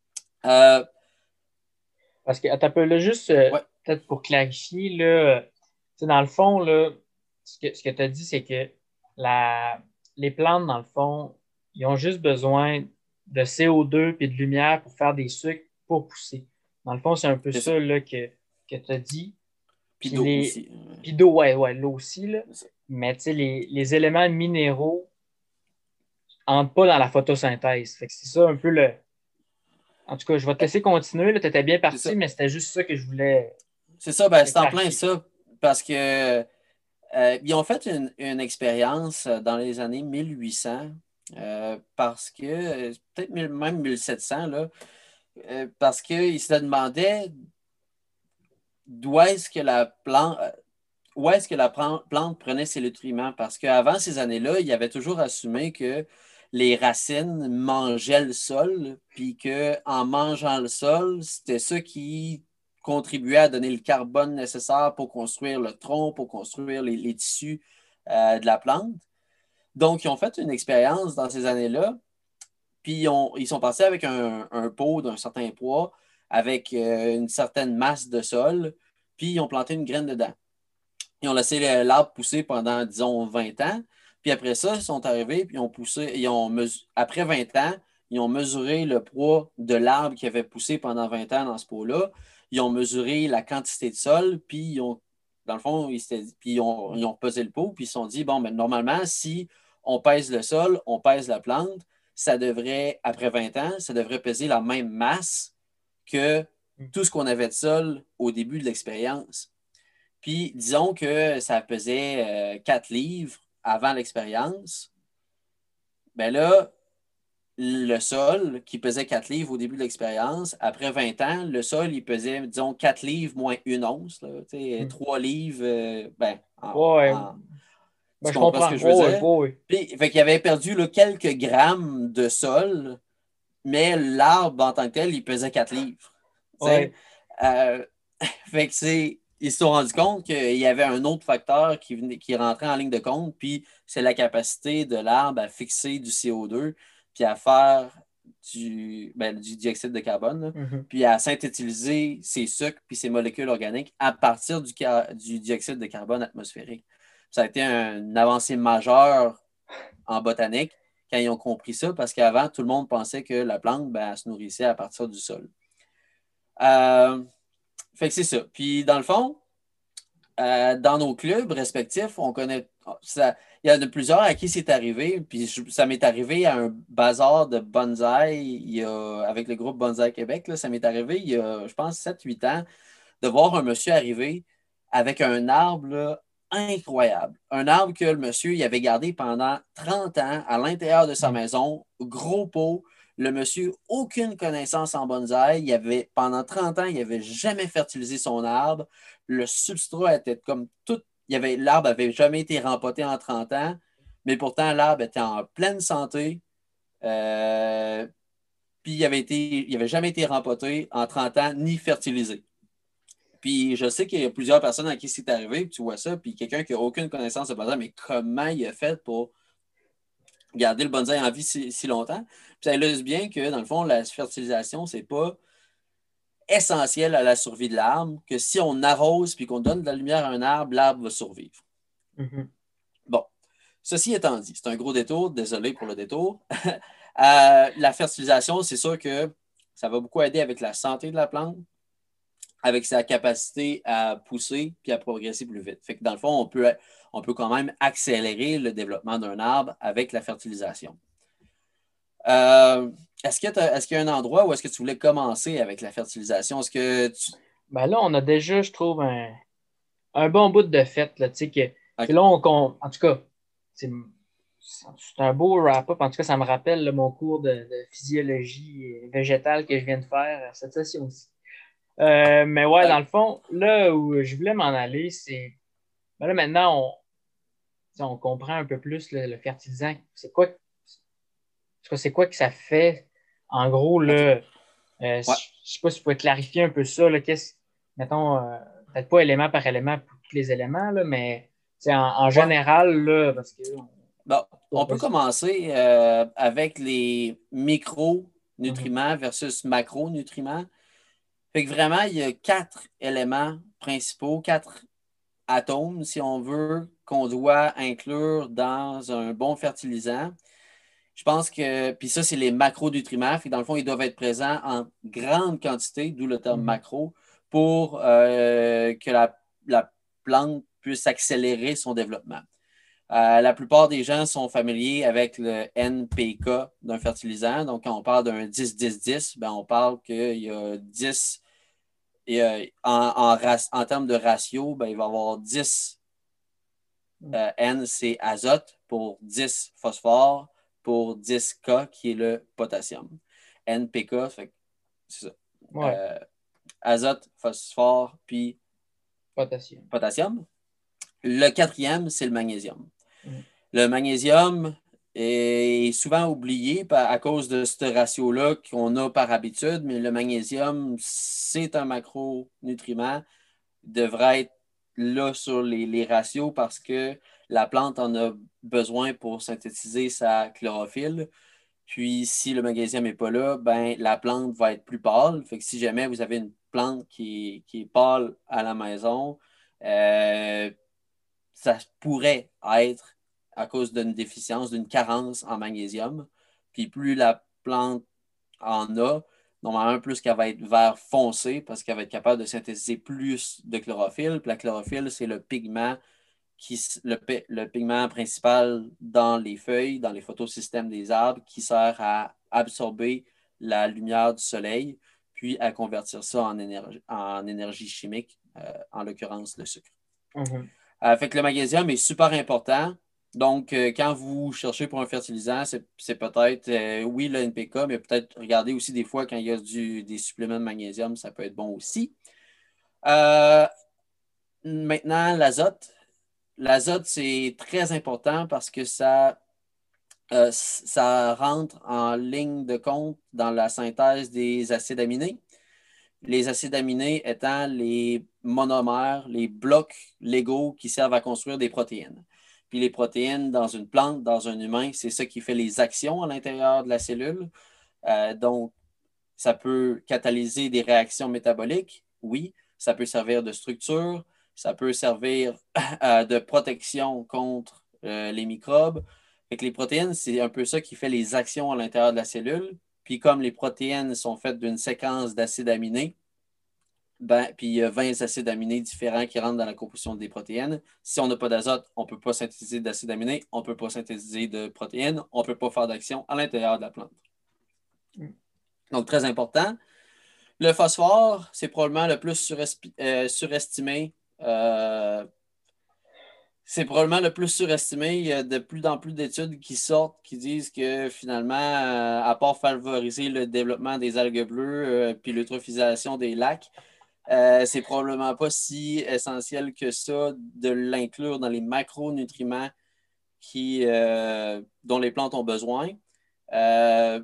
Euh, Parce que, attends un peu, là, juste euh, ouais, peut-être pour clarifier, là, euh, tu sais, dans le fond, là, ce que, ce que tu as dit, c'est que la, les plantes, dans le fond, ils ont juste besoin de C O deux et de lumière pour faire des sucres pour pousser. Dans le fond, c'est un peu c'est ça. ça là, que, que tu as dit. Puis Puis d'eau les. aussi. Puis d'eau, ouais, ouais, l'eau aussi, là. C'est ça. Mais tu sais, les, les éléments minéraux entrent pas dans la photosynthèse. Fait que c'est ça un peu le. En tout cas, je vais te laisser continuer. Tu étais bien C'est parti, ça. mais c'était juste ça que je voulais, C'est ça, ben, voulais c'est en plein clarifier. ça. Parce que euh, ils ont fait une, une expérience euh, dans les années mille huit cents. euh, parce que, euh, peut-être mille- même mille sept cents, là, euh, parce qu'ils se demandaient d'où est-ce que la plante, où est-ce que la plan- plante prenait ses nutriments? Parce qu'avant ces années-là, il avait toujours assumé que les racines mangeaient le sol, puis qu'en mangeant le sol, c'était ça qui contribuait à donner le carbone nécessaire pour construire le tronc, pour construire les, les tissus euh, de la plante. Donc, ils ont fait une expérience dans ces années-là, puis ils, ont- ils sont passés avec un, un pot d'un certain poids, avec euh, une certaine masse de sol, puis ils ont planté une graine dedans. Ils ont laissé l'arbre pousser pendant, disons, vingt ans. Puis après ça, ils sont arrivés, puis ils ont poussé, ils ont mesu- après vingt ans, ils ont mesuré le poids de l'arbre qui avait poussé pendant vingt ans dans ce pot-là. Ils ont mesuré la quantité de sol, puis ils ont, dans le fond, ils, puis ils ont, ils ont pesé le pot, puis ils se sont dit, bon, ben, normalement, si on pèse le sol, on pèse la plante, ça devrait, après vingt ans, ça devrait peser la même masse que tout ce qu'on avait de sol au début de l'expérience. Puis, disons que ça pesait euh, quatre livres avant l'expérience. Ben là, le sol qui pesait quatre livres au début de l'expérience, après vingt ans, le sol, il pesait, disons, quatre livres moins une once. Là, Hmm. trois livres, euh, ben, en, Ouais, en- ben, tu je comprends ce comprends. que je veux Ouais, ouais, dire? ouais, ouais. Puis, fait qu'il avait perdu là, quelques grammes de sol, mais l'arbre en tant que tel, il pesait quatre livres. Tu Ouais. Euh, fait que c'est. Ils se sont rendus compte qu'il y avait un autre facteur qui, venait, qui rentrait en ligne de compte, puis c'est la capacité de l'arbre à fixer du C O deux, puis à faire du, ben, du dioxyde de carbone, là, Mhm. puis à synthétiser ses sucres puis ses molécules organiques à partir du, du dioxyde de carbone atmosphérique. Ça a été un, une avancée majeure en botanique quand ils ont compris ça, parce qu'avant, tout le monde pensait que la plante, ben, elle se nourrissait à partir du sol. Euh, fait que c'est ça. Puis dans le fond, euh, dans nos clubs respectifs, on connaît ça. Il y en a plusieurs à qui c'est arrivé. Puis je- ça m'est arrivé à un bazar de bonsaï il y a, avec le groupe Bonsaï Québec. Là, ça m'est arrivé il y a, je pense, sept huit ans, de voir un monsieur arriver avec un arbre là, incroyable. Un arbre que le monsieur il avait gardé pendant trente ans à l'intérieur de sa Mhm. maison, gros pot. Le monsieur, aucune connaissance en bonsaï. Il avait, pendant trente ans, il n'avait jamais fertilisé son arbre. Le substrat était comme tout. Il avait, l'arbre n'avait jamais été rempoté en trente ans, mais pourtant, l'arbre était en pleine santé. Euh, puis il avait été, il avait jamais été rempoté en trente ans ni fertilisé. Puis je sais qu'il y a plusieurs personnes à qui c'est arrivé, puis tu vois ça, puis quelqu'un qui n'a aucune connaissance de bonsaï, mais comment il a fait pour garder le bonsaï en vie si, si longtemps? Puis ça illustre bien que, dans le fond, la fertilisation, c'est pas essentiel à la survie de l'arbre, que si on arrose puis qu'on donne de la lumière à un arbre, l'arbre va survivre. Mhm. Bon, ceci étant dit, c'est un gros détour, désolé pour le détour. Euh, la fertilisation, c'est sûr que ça va beaucoup aider avec la santé de la plante, avec sa capacité à pousser puis à progresser plus vite. Fait que dans le fond, on peut, on peut quand même accélérer le développement d'un arbre avec la fertilisation. Euh, est-ce que est-ce qu'il y a un endroit où est-ce que tu voulais commencer avec la fertilisation? Est-ce que tu... Ben là, on a déjà, je trouve, un, un bon bout de fête. Là, tu sais, que, tu sais, OK. là, on, qu'on- en tout cas, c'est c'est un beau wrap-up. En tout cas, ça me rappelle là, mon cours de, de physiologie végétale que je viens de faire à cette session-ci. Euh, mais ouais, dans OK. le fond, là où je voulais m'en aller, c'est. Ben là, maintenant, on, tu sais, on comprend un peu plus le, le fertilisant. C'est quoi, c'est quoi que ça fait? En gros, OK. là, euh, Ouais. je sais pas si tu pouvais clarifier un peu ça. Là, qu'est-ce, mettons, euh, peut-être pas élément par élément pour tous les éléments, là, mais tu sais, en, en Ouais. général, là, parce que. Bon, On, on peut commencer euh, avec les micro nutriments versus macronutriments. Fait que vraiment, il y a quatre éléments principaux, quatre atomes, si on veut, qu'on doit inclure dans un bon fertilisant. Je pense que, puis ça, c'est les macronutriments. Fait que dans le fond, ils doivent être présents en grande quantité, d'où le terme Mhm. macro, pour euh, que la, la plante puisse accélérer son développement. Euh, la plupart des gens sont familiers avec le N P K d'un fertilisant. Donc, quand on parle d'un dix dix dix, ben, on parle qu'il y a dix, et, euh, en, en, en termes de ratio, ben, il va y avoir dix euh, N, c'est azote, pour dix phosphore, pour dix K, qui est le potassium. N P K, c'est ça. Ouais. Euh, azote, phosphore, puis Potassium. potassium. Le quatrième, c'est le magnésium. Mm. Le magnésium est souvent oublié à cause de ce ratio-là qu'on a par habitude, mais le magnésium, c'est un macronutriment, devrait être là sur les, les ratios parce que la plante en a besoin pour synthétiser sa chlorophylle. Puis, si le magnésium n'est pas là, ben, la plante va être plus pâle. Fait que si jamais vous avez une plante qui est, qui est pâle à la maison, euh, ça pourrait être à cause d'une déficience, d'une carence en magnésium. Puis plus la plante en a, normalement, plus qu'elle va être vert foncé parce qu'elle va être capable de synthétiser plus de chlorophylle. Puis la chlorophylle, c'est le pigment qui, le, le pigment principal dans les feuilles, dans les photosystèmes des arbres, qui sert à absorber la lumière du soleil, puis à convertir ça en énergie, en énergie chimique, euh, en l'occurrence le sucre. Mhm. Euh, fait que le magnésium est super important. Donc, euh, quand vous cherchez pour un fertilisant, c'est, c'est peut-être, euh, oui, le N P K, mais peut-être regarder aussi des fois quand il y a du, des suppléments de magnésium, ça peut être bon aussi. Euh, maintenant, l'azote. L'azote, c'est très important parce que ça, euh, ça rentre en ligne de compte dans la synthèse des acides aminés. Les acides aminés étant les monomères, les blocs légaux qui servent à construire des protéines. Puis les protéines dans une plante, dans un humain, c'est ça qui fait les actions à l'intérieur de la cellule. Euh, donc, ça peut catalyser des réactions métaboliques, oui. Ça peut servir de structure, ça peut servir euh, de protection contre euh, les microbes. Fait que les protéines, c'est un peu ça qui fait les actions à l'intérieur de la cellule. Puis comme les protéines sont faites d'une séquence d'acides aminés, ben, puis il y a vingt acides aminés différents qui rentrent dans la composition des protéines. Si on n'a pas d'azote, on ne peut pas synthétiser d'acides aminés, on ne peut pas synthétiser de protéines, on ne peut pas faire d'action à l'intérieur de la plante. Donc, très important. Le phosphore, c'est probablement le plus surespi- euh, surestimé. Euh, c'est probablement le plus surestimé. Il y a de plus en plus d'études qui sortent qui disent que finalement, euh, à part favoriser le développement des algues bleues euh, puis l'eutrophisation des lacs, euh, c'est probablement pas si essentiel que ça de l'inclure dans les macronutriments qui, euh, dont les plantes ont besoin. Euh,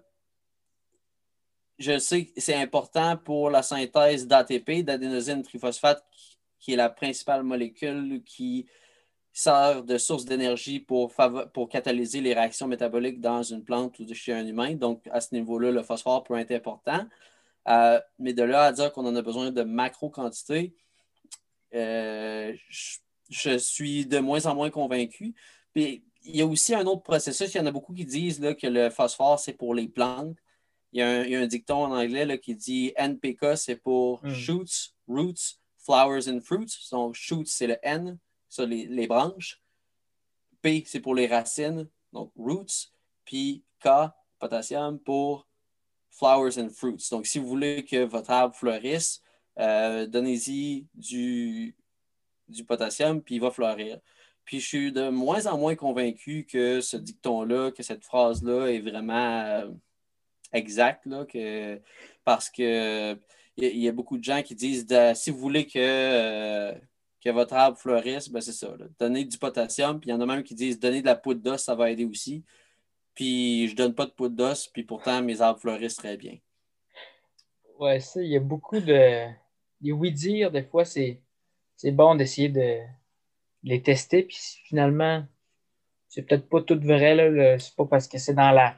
je sais que c'est important pour la synthèse d'A T P, d'adénosine triphosphate, qui est la principale molécule qui sert de source d'énergie pour, pour catalyser les réactions métaboliques dans une plante ou chez un humain. Donc, à ce niveau-là, le phosphore peut être important. Euh, mais de là à dire qu'on en a besoin de macro-quantités, euh, je, je suis de moins en moins convaincu. Puis, il y a aussi un autre processus. Il y en a beaucoup qui disent là, que le phosphore, c'est pour les plantes. Il y a un, il y a un dicton en anglais là, qui dit N P K, c'est pour Mm. shoots, roots, flowers and fruits. Donc, shoots, c'est le N, ça, les, les branches. P, c'est pour les racines, donc roots. Puis K, potassium, pour flowers and fruits. Donc, si vous voulez que votre arbre fleurisse, euh, donnez-y du, du potassium, puis il va fleurir. Puis je suis de moins en moins convaincu que ce dicton-là, que cette phrase-là est vraiment euh, exacte, là, que, parce que il y, y, a beaucoup de gens qui disent de, si vous voulez que, euh, que votre arbre fleurisse, ben c'est ça. Là, donnez du potassium, puis il y en a même qui disent donner de la poudre d'os, ça va aider aussi. Puis je donne pas de poudre d'os, puis pourtant mes arbres fleurissent très bien. Ouais, ça, il y a beaucoup de. Les oui-dire, des fois, c'est, c'est bon d'essayer de les tester, puis finalement, c'est peut-être pas tout vrai, là, le- c'est pas parce que c'est dans la,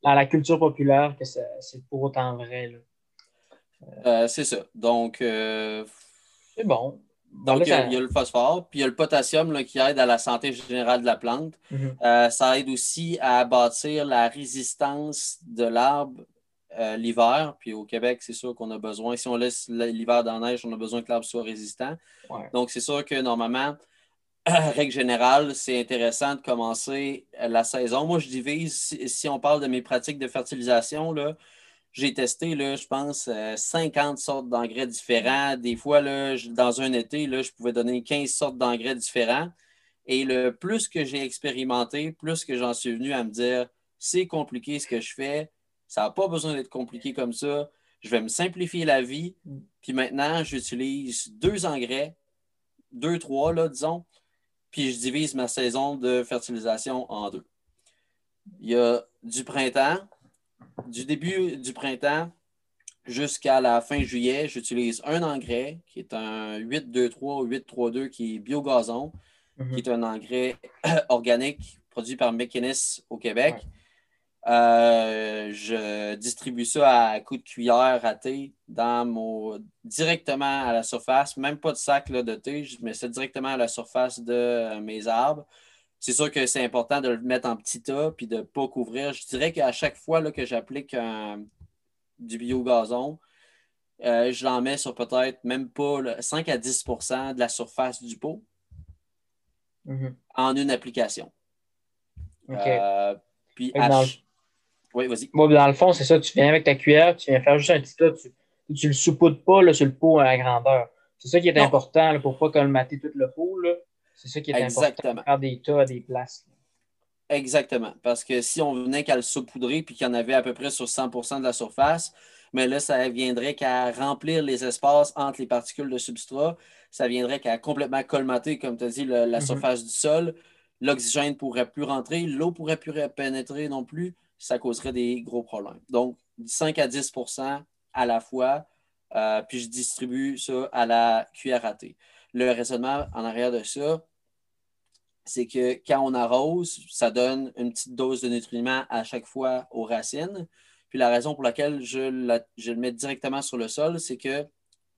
dans la culture populaire que ça, c'est pour autant vrai. Là. Euh, c'est ça. Donc, euh, C'est bon. Ben donc là, il y, a, ça... il y a le phosphore, puis il y a le potassium là, qui aide à la santé générale de la plante. Mhm. Euh, ça aide aussi à bâtir la résistance de l'arbre euh, l'hiver. Puis au Québec, c'est sûr qu'on a besoin. Si on laisse l'hiver dans la neige, on a besoin que l'arbre soit résistant. Ouais. Donc, c'est sûr que normalement, règle générale, c'est intéressant de commencer la saison. Moi, je divise, si, si on parle de mes pratiques de fertilisation, là, j'ai testé, là, je pense, euh, cinquante sortes d'engrais différents. Des fois, là, je- dans un été, là, je pouvais donner quinze sortes d'engrais différents. Et le plus que j'ai expérimenté, plus que j'en suis venu à me dire, c'est compliqué ce que je fais, ça n'a pas besoin d'être compliqué comme ça, je vais me simplifier la vie. Puis maintenant, j'utilise deux engrais, deux, trois, là, disons, puis je divise ma saison de fertilisation en deux. Il y a du printemps, du début du printemps jusqu'à la fin juillet, j'utilise un engrais qui est un huit deux trois ou huit trois deux qui est biogazon, Mhm. qui est un engrais organique produit par McInnes au Québec. Ouais. Euh, je distribue ça à coups de cuillère à thé dans mon... directement à la surface, même pas de sac là, de thé, je mets ça directement à la surface de euh, mes arbres. C'est sûr que c'est important de le mettre en petit tas puis de ne pas couvrir. Je dirais qu'à chaque fois là, que j'applique un, du biogazon, euh, je l'en mets sur peut-être même pas là, cinq à dix pour cent de la surface du pot Mhm. en une application. OK. Euh, puis Fait que à dans le... ch- Oui, vas-y. Moi, dans le fond, c'est ça. Tu viens avec ta cuillère, tu viens faire juste un petit tas. Tu ne le saupoudres pas là, sur le pot à la grandeur. C'est ça qui est Non, important là, pour ne pas colmater tout le pot. Là. C'est ça qui est important. exactement. Faire des tas à des places. Là. Exactement. Parce que si on venait qu'à le saupoudrer puis qu'il y en avait à peu près sur cent pour cent de la surface, mais là, ça viendrait qu'à remplir les espaces entre les particules de substrat. Ça viendrait qu'à complètement colmater, comme tu as dit, le- la Mhm. surface du sol. L'oxygène ne pourrait plus rentrer, l'eau ne pourrait plus pénétrer non plus. Ça causerait des gros problèmes. Donc, cinq à dix pour cent à la fois. Euh, puis je distribue ça à la cuillère à thé. Le raisonnement en arrière de ça, c'est que quand on arrose, ça donne une petite dose de nutriments à chaque fois aux racines. Puis la raison pour laquelle je, la, je le mets directement sur le sol, c'est que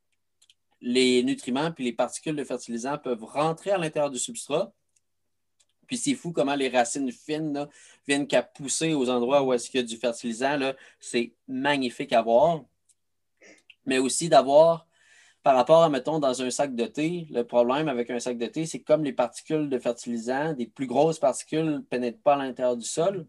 les nutriments puis les particules de fertilisant peuvent rentrer à l'intérieur du substrat. Puis c'est fou comment les racines fines là, viennent qu'à pousser aux endroits où est-ce qu'il y a du fertilisant. Là. C'est magnifique à voir. Mais aussi d'avoir par rapport à, mettons, dans un sac de thé, le problème avec un sac de thé, c'est que comme les particules de fertilisant, des plus grosses particules ne pénètrent pas à l'intérieur du sol,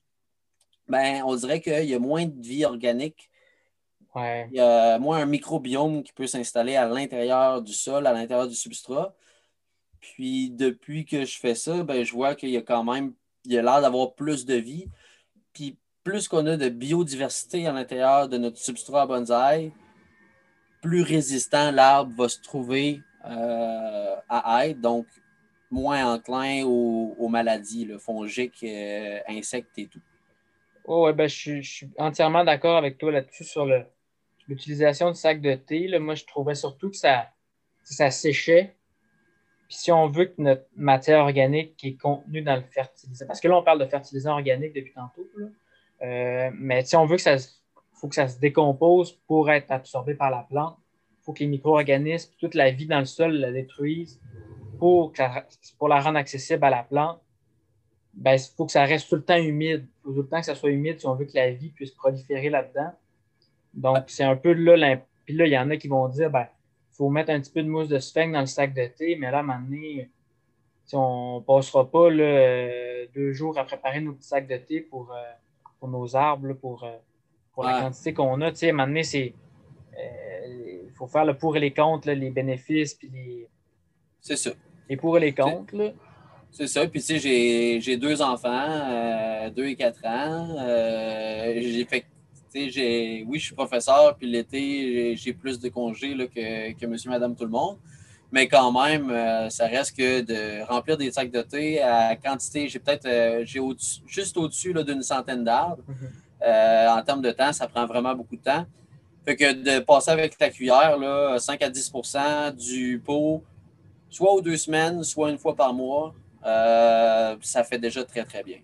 ben, on dirait qu'il y a moins de vie organique. Ouais. Il y a moins un microbiome qui peut s'installer à l'intérieur du sol, à l'intérieur du substrat. Puis depuis que je fais ça, ben, je vois qu'il y a quand même, il y a l'air d'avoir plus de vie. Puis plus qu'on a de biodiversité à l'intérieur de notre substrat à bonsaï, plus résistant l'arbre va se trouver euh, à être, donc moins enclin aux, aux maladies là, fongiques, euh, insectes et tout. Oh, ouais, ben, je, suis- je suis entièrement d'accord avec toi là-dessus sur le, l'utilisation du sac de thé. Là. Moi, je trouvais surtout que ça, ça séchait. Puis si on veut que notre matière organique qui est contenue dans le fertilisant, parce que là, on parle de fertilisant organique depuis tantôt, là. Euh, mais si on veut que ça, faut que ça se décompose pour être absorbé par la plante, il faut que les micro-organismes, toute la vie dans le sol la détruisent pour, que ça- pour la rendre accessible à la plante. Ben, il faut que ça reste tout le temps humide. Il faut tout le temps que ça soit humide si on veut que la vie puisse proliférer là-dedans. Donc, c'est un peu là, l'imp... puis là, il y en a qui vont dire, ben, il faut mettre un petit peu de mousse de sphagne dans le sac de thé, mais là, à un moment donné, si on ne passera pas là, euh, deux jours à préparer nos petits sacs de thé pour, euh, pour nos arbres, là, pour, euh, pour la Ouais, quantité qu'on a. Tu sais, à un moment donné, c'est, euh, il faut faire le pour et les contre, là, les bénéfices, puis les, c'est ça. les pour et les C'est, contre. Là. c'est ça. Puis tu sais, j'ai, j'ai deux enfants, euh, deux et quatre ans. Euh, j'ai fait, tu sais, j'ai, oui, je suis professeur, puis l'été, j'ai, j'ai plus de congés là, que, que monsieur, madame, tout le monde. Mais quand même, euh, ça reste que de remplir des sacs de thé à quantité, j'ai peut-être euh, j'ai au juste au-dessus là, d'une centaine d'arbres. Mm-hmm. Euh, en termes de temps, ça prend vraiment beaucoup de temps. Fait que de passer avec ta cuillère, là, cinq à dix pour cent du pot, soit aux deux semaines, soit une fois par mois, euh, ça fait déjà très, très bien.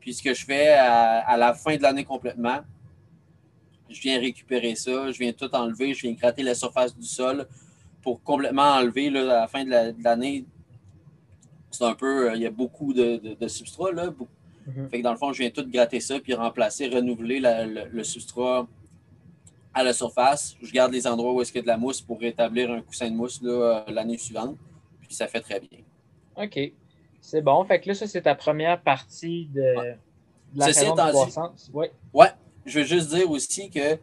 Puis ce que je fais à, à la fin de l'année complètement, je viens récupérer ça, je viens tout enlever, je viens gratter la surface du sol pour complètement enlever là, à la fin de, la, de l'année. C'est un peu, il y a beaucoup de, de, de substrat là. Mm-hmm. Fait que dans le fond, je viens tout gratter ça, puis remplacer, renouveler la, le, le substrat à la surface. Je garde les endroits où est-ce qu'il y a de la mousse pour rétablir un coussin de mousse là, l'année suivante. Puis ça fait très bien. OK. C'est bon. Fait que là, ça, c'est ta première partie de, ouais. de la saison de croissance. Oui. Ouais. Je veux juste dire aussi que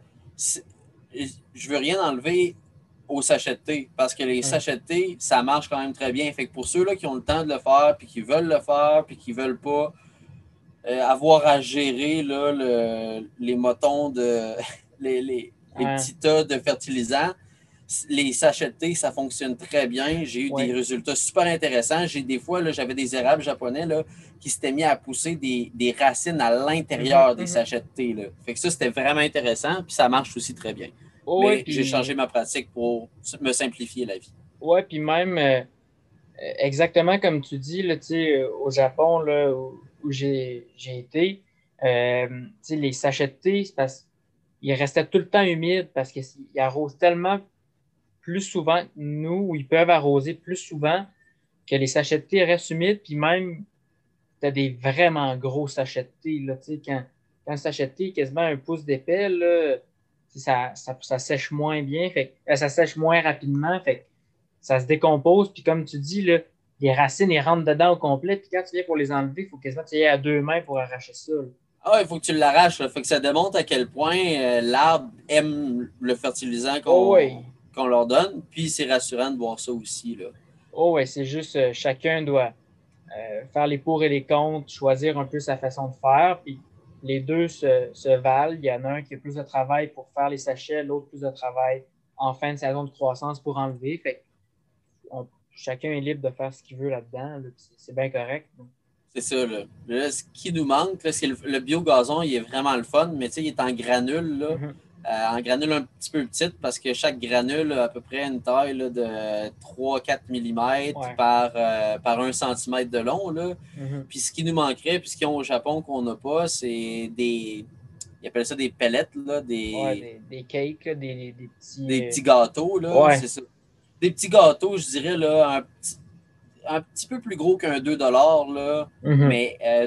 je veux rien enlever aux sachets de thé parce que les hum. sachets de thé, ça marche quand même très bien. Fait que pour ceux-là qui ont le temps de le faire, puis qui veulent le faire, puis qui ne veulent pas euh, avoir à gérer là, le, les motons de les, les, les ouais. petits tas de fertilisants, les sachets de thé, ça fonctionne très bien. J'ai eu ouais. des résultats super intéressants. J'ai des fois, là, j'avais des érables japonais là, qui s'étaient mis à pousser des, des racines à l'intérieur mm-hmm. des sachets de thé. Là. Fait que ça, c'était vraiment intéressant. Puis ça marche aussi très bien. Oh, Mais ouais, puis... j'ai changé ma pratique pour me simplifier la vie. Oui, puis même, euh, exactement comme tu dis, là, au Japon, là, où, où j'ai, j'ai été, euh, les sachets de thé, c'est parce qu'ils restaient tout le temps humides parce qu'ils arrosent tellement plus souvent que nous, où ils peuvent arroser plus souvent que les sachets de thé restent humides, puis même, tu as des vraiment gros sachets de thé, là, tu sais, quand, quand un sachet de thé est quasiment un pouce d'épais, là, ça, ça, ça sèche moins bien, fait, ça sèche moins rapidement, fait ça se décompose, puis comme tu dis, là, les racines, ils rentrent dedans au complet, puis quand tu viens pour les enlever, il faut quasiment que tu y ailles à deux mains pour arracher ça, là. Ah, il faut que tu l'arraches, là. Fait que ça démontre à quel point euh, l'arbre aime le fertilisant qu'on... Oh, oui. qu'on leur donne, puis c'est rassurant de voir ça aussi, là. Oh oui, c'est juste, euh, chacun doit euh, faire les pour et les contre, choisir un peu sa façon de faire, puis les deux se, se valent. Il y en a un qui a plus de travail pour faire les sachets, l'autre plus de travail en fin de saison de croissance pour enlever. Fait on, chacun est libre de faire ce qu'il veut là-dedans, là, c'est, c'est bien correct. Donc. C'est ça, là. Là, ce qui nous manque, là, c'est le, le biogazon, il est vraiment le fun, mais tu sais, il est en granule, là. Mm-hmm. Euh, en granule un petit peu petite parce que chaque granule a à peu près une taille là, de trois à quatre millimètres ouais. par, euh, par un centimètre de long. Là. Mm-hmm. Puis ce qui nous manquerait, puis ce qu'ils ont au Japon qu'on n'a pas, c'est des. Ils appellent ça des pellets, là, des... Ouais, des, des cakes, là, des, des petits. Des petits gâteaux, là. Ouais. C'est ça. Des petits gâteaux, je dirais, là, un petit, un petit peu plus gros qu'un deux dollars, là, mm-hmm. mais euh,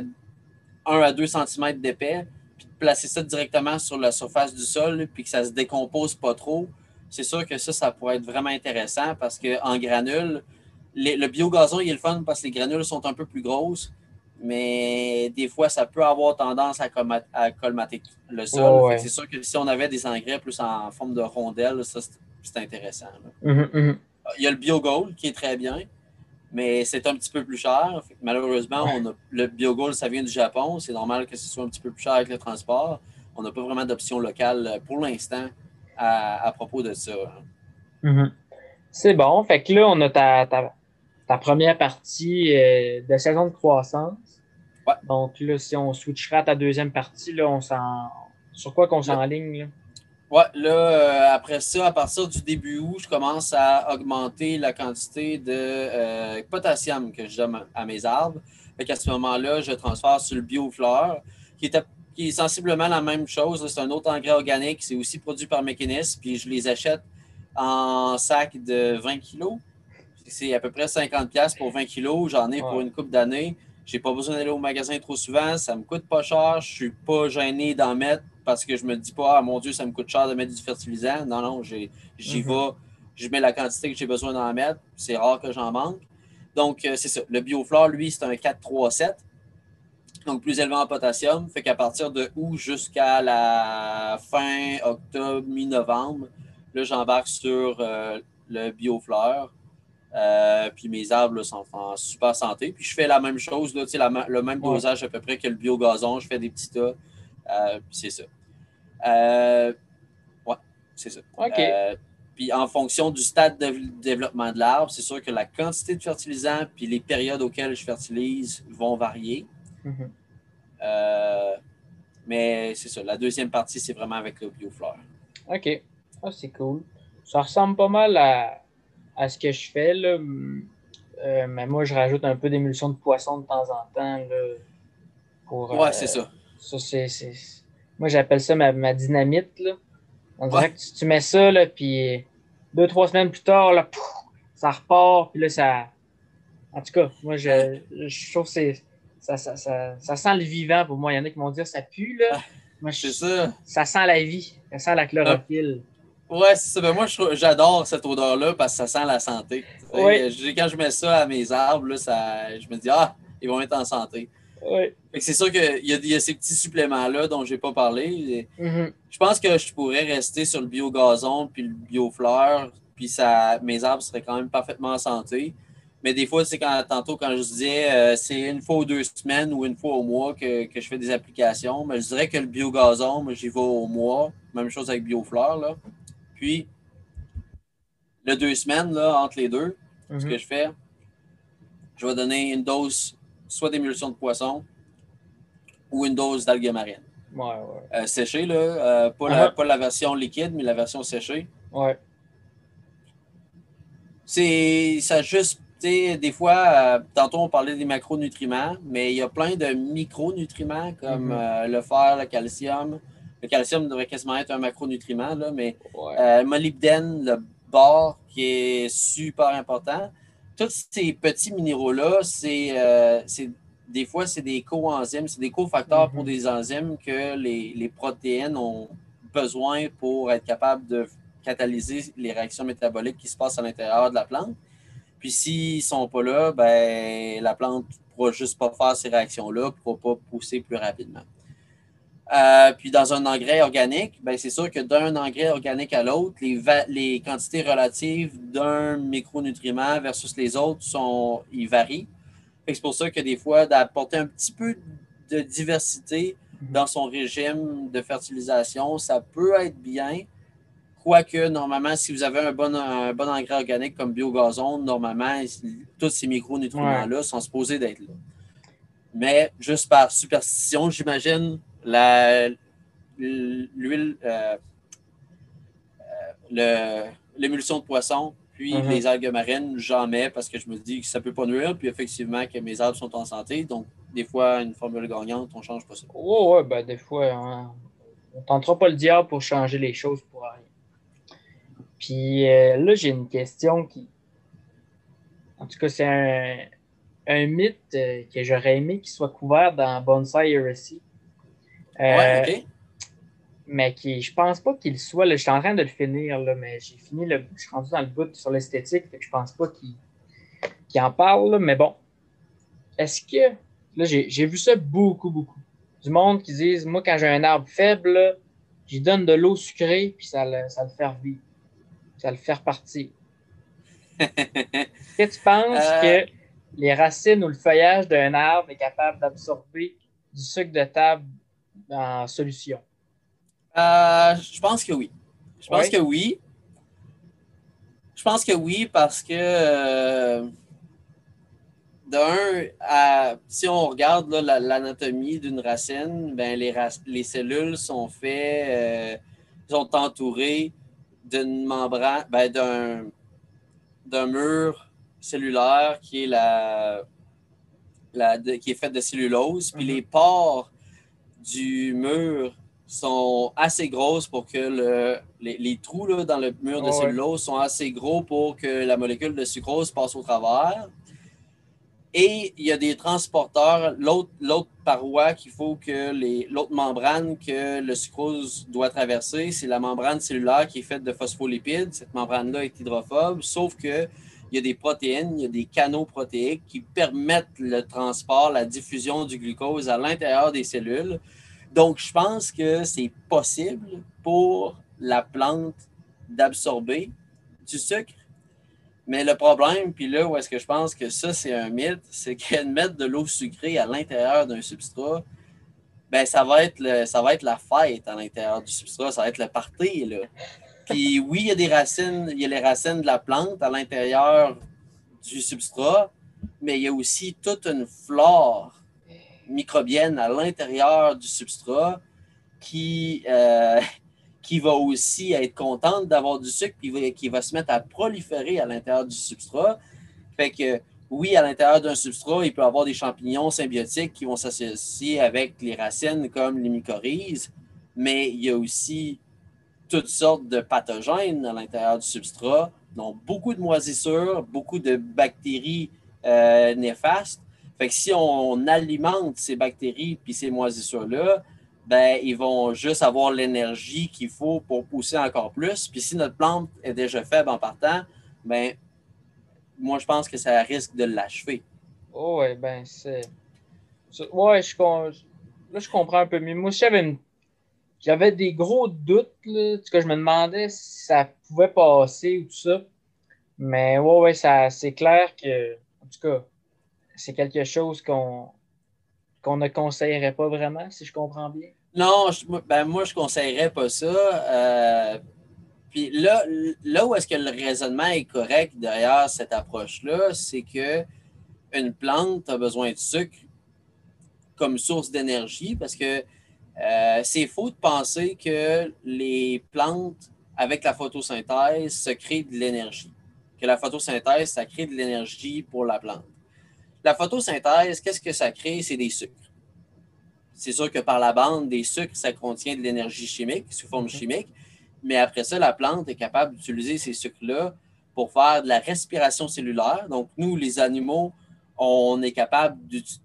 un à deux centimètres d'épais. Placer ça directement sur la surface du sol puis que ça se décompose pas trop, c'est sûr que ça, ça pourrait être vraiment intéressant parce qu'en granules, les, le biogazon, il est le fun parce que les granules sont un peu plus grosses, mais des fois, ça peut avoir tendance à, colmat- à colmater le sol. Oh, ouais. C'est sûr que si on avait des engrais plus en forme de rondelles, ça, c'est, c'est intéressant. Mm-hmm, mm-hmm. Il y a le BioGold qui est très bien, mais c'est un petit peu plus cher. Fait que malheureusement, ouais. on a, le BioGold, ça vient du Japon. C'est normal que ce soit un petit peu plus cher avec le transport. On n'a pas vraiment d'option locale pour l'instant à, à propos de ça. Mm-hmm. C'est bon. Fait que là, on a ta, ta, ta première partie euh, de saison de croissance. Ouais. Donc là, si on switchera à ta deuxième partie, là, on s'en... sur quoi qu'on s'enligne, là? Ouais, là, euh, après ça, à partir du début août, je commence à augmenter la quantité de euh, potassium que je donne à mes arbres. Fait qu'à ce moment-là, je transfère sur le BioFleur, qui est, qui est sensiblement la même chose. C'est un autre engrais organique. C'est aussi produit par Mécanisme. Puis je les achète en sac de vingt kilos. C'est à peu près cinquante dollars pour vingt kilos. J'en ai ouais. pour une couple d'années. J'ai pas besoin d'aller au magasin trop souvent. Ça me coûte pas cher. Je suis pas gêné d'en mettre parce que je me dis pas, ah mon Dieu, ça me coûte cher de mettre du fertilisant. Non, non, j'ai, j'y mm-hmm. vais. Je mets la quantité que j'ai besoin d'en mettre. C'est rare que j'en manque. Donc, euh, c'est ça. Le BioFleur, lui, c'est un quatre trois sept. Donc, plus élevé en potassium. Fait qu'à partir de août jusqu'à la fin octobre, mi-novembre, là, j'embarque sur euh, le BioFleur. Euh, puis mes arbres là, sont en super santé. Puis je fais la même chose, là, la, le même ouais. dosage à peu près que le biogazon. Je fais des petits tas. Euh, puis c'est ça. Euh, ouais, c'est ça. OK. Euh, puis en fonction du stade de développement de l'arbre, c'est sûr que la quantité de fertilisant puis les périodes auxquelles je fertilise vont varier. Mm-hmm. Euh, mais c'est ça. La deuxième partie, c'est vraiment avec le BioFleur. OK. Ah, c'est cool. Ça ressemble pas mal à, à ce que je fais, là. Euh, mais moi, je rajoute un peu d'émulsion de poisson de temps en temps, là. Pour, Ouais, euh, c'est ça. ça c'est, c'est... Moi, j'appelle ça ma, ma dynamite. Là. On dirait Ouais. que tu, tu mets ça, là, puis deux, trois semaines plus tard, là, pouf, ça repart, puis là, ça. En tout cas, moi, Hein? je, je trouve que c'est, ça, ça, ça, ça sent le vivant pour moi. Il y en a qui vont dire ça pue, là. Ah, Moi, je- c'est ça. ça sent la vie, ça sent la Ah, chlorophylle. ouais, c'est ça. Ben, moi, je trouve- j'adore cette odeur-là parce que ça sent la santé. Tu Oui, sais, je- quand je mets ça à mes arbres, là, ça, je me dis, ah, ils vont être en santé. oui. Fait que c'est sûr qu'il y a, il y a ces petits suppléments-là dont je n'ai pas parlé. Et Mhm. je pense que je pourrais rester sur le biogazon puis le biofleur, puis ça, mes arbres seraient quand même parfaitement en santé. Mais des fois, c'est quand tantôt quand je disais euh, c'est une fois ou deux semaines ou une fois au mois que, que je fais des applications, mais je dirais que le biogazon, moi, j'y vais au mois. Même chose avec biofleur, là. Puis, le deux semaines, là, entre les deux, ce que Mhm. je fais, je vais donner une dose soit d'émulsion de poisson ou une dose d'algues marines. Ouais, ouais. Euh, séchée, là, euh, pas, la, Uh-huh. pas la version liquide, mais la version séchée. Ouais. C'est ça juste, tu sais, des fois, euh, tantôt on parlait des macronutriments, mais il y a plein de micronutriments comme Mhm. euh, le fer, le calcium. Le calcium devrait quasiment être un macronutriment, là, mais Ouais. euh, molybdène, le bore qui est super important. Tous ces petits minéraux-là, c'est euh, c'est- des fois, c'est des coenzymes, c'est des cofacteurs pour Mhm. des enzymes que les, les protéines ont besoin pour être capables de catalyser les réactions métaboliques qui se passent à l'intérieur de la plante. Puis s'ils ne sont pas là, ben, la plante ne pourra juste pas faire ces réactions-là, ne pourra pas pousser plus rapidement. Euh, puis dans un engrais organique, ben, c'est sûr que d'un engrais organique à l'autre, les, va- les quantités relatives d'un micronutriment versus les autres sont, ils varient. Fait que c'est pour ça que des fois, d'apporter un petit peu de diversité Mhm. dans son régime de fertilisation, ça peut être bien. Quoique, normalement, si vous avez un bon, un bon engrais organique comme biogazon, normalement, tous ces Ouais. micronutriments-là sont supposés d'être là. Mais juste par superstition, j'imagine, la, l'huile, euh, le, l'émulsion de poisson, puis Mhm. les algues marines, j'en mets parce que je me dis que ça peut pas nuire, puis effectivement que mes arbres sont en santé. Donc, des fois, une formule gagnante, on change pas ça. Ouais, ouais, ben des fois, hein, on tentera pas le diable pour changer les choses pour rien. Puis euh, là, j'ai une question qui, en tout cas, c'est un, un mythe euh, que j'aurais aimé qu'il soit couvert dans Bonsai Heresy. Ouais, Euh, OK. mais qui, je pense pas qu'il soit. Là, je suis en train de le finir, là, mais j'ai fini le. Je suis rendu dans le bout sur l'esthétique, fait que je pense pas qu'il qu'il en parle. Là, mais bon, est-ce que. Là, j'ai j'ai vu ça beaucoup, beaucoup. Du monde qui disent moi, quand j'ai un arbre faible, là, j'y donne de l'eau sucrée, puis ça le, ça le fait revivre. Ça le fait repartir. Est-ce que tu penses euh, que les racines ou le feuillage d'un arbre est capable d'absorber du sucre de table en solution? euh, je pense que oui. Je pense Oui? que oui. Je pense que oui parce que euh, d'un, à- si on regarde là, la- l'anatomie d'une racine, ben, les, rac- les cellules sont faites, euh, sont entourées d'une membrane, ben, d'un, d'un mur cellulaire qui est, la, la, de- qui est fait de cellulose. Puis les Mhm. pores du mur sont assez grosses pour que le, les, les trous là, dans le mur de Oh, ouais. cellulose sont assez gros pour que la molécule de sucrose passe au travers. Et il y a des transporteurs, l'autre, l'autre paroi qu'il faut que les, l'autre membrane que le sucrose doit traverser, c'est la membrane cellulaire qui est faite de phospholipides. Cette membrane-là est hydrophobe, sauf que il y a des protéines, il y a des canaux protéiques qui permettent le transport, la diffusion du glucose à l'intérieur des cellules. Donc, je pense que c'est possible pour la plante d'absorber du sucre. Mais le problème, puis là où est-ce que je pense que ça, c'est un mythe, c'est que de mettre de l'eau sucrée à l'intérieur d'un substrat, ben ça va être le, ça va être la fête à l'intérieur du substrat, ça va être le party, là. Puis oui, il y a des racines, il y a les racines de la plante à l'intérieur du substrat, mais il y a aussi toute une flore microbienne à l'intérieur du substrat qui, euh, qui va aussi être contente d'avoir du sucre puis qui va se mettre à proliférer à l'intérieur du substrat. Fait que oui, à l'intérieur d'un substrat, il peut y avoir des champignons symbiotiques qui vont s'associer avec les racines comme les mycorhizes, mais il y a aussi toutes sortes de pathogènes à l'intérieur du substrat, donc beaucoup de moisissures, beaucoup de bactéries euh, néfastes. Fait que si on alimente ces bactéries puis ces moisissures-là, ben, ils vont juste avoir l'énergie qu'il faut pour pousser encore plus. Puis si notre plante est déjà faible en partant, ben, moi, je pense que ça risque de l'achever. Oh, ouais, ben, c'est. c'est- Ouais, je, com- là, je comprends un peu mieux. Moi, j'avais une... j'avais des gros doutes, là, parce que je me demandais si ça pouvait passer ou tout ça. Mais ouais, ouais, ça, c'est clair que, en tout cas, c'est quelque chose qu'on qu'on ne conseillerait pas vraiment, si je comprends bien. Non, je, ben, moi, je ne conseillerais pas ça. Euh, puis là, là où est-ce que le raisonnement est correct derrière cette approche-là, c'est que une plante a besoin de sucre comme source d'énergie parce que euh, c'est faux de penser que les plantes, avec la photosynthèse, se créent de l'énergie. Que la photosynthèse, ça crée de l'énergie pour la plante. La photosynthèse, qu'est-ce que ça crée? C'est des sucres. C'est sûr que par la bande, des sucres, ça contient de l'énergie chimique, sous forme chimique, mais après ça, la plante est capable d'utiliser ces sucres-là pour faire de la respiration cellulaire. Donc, nous, les animaux, on est capable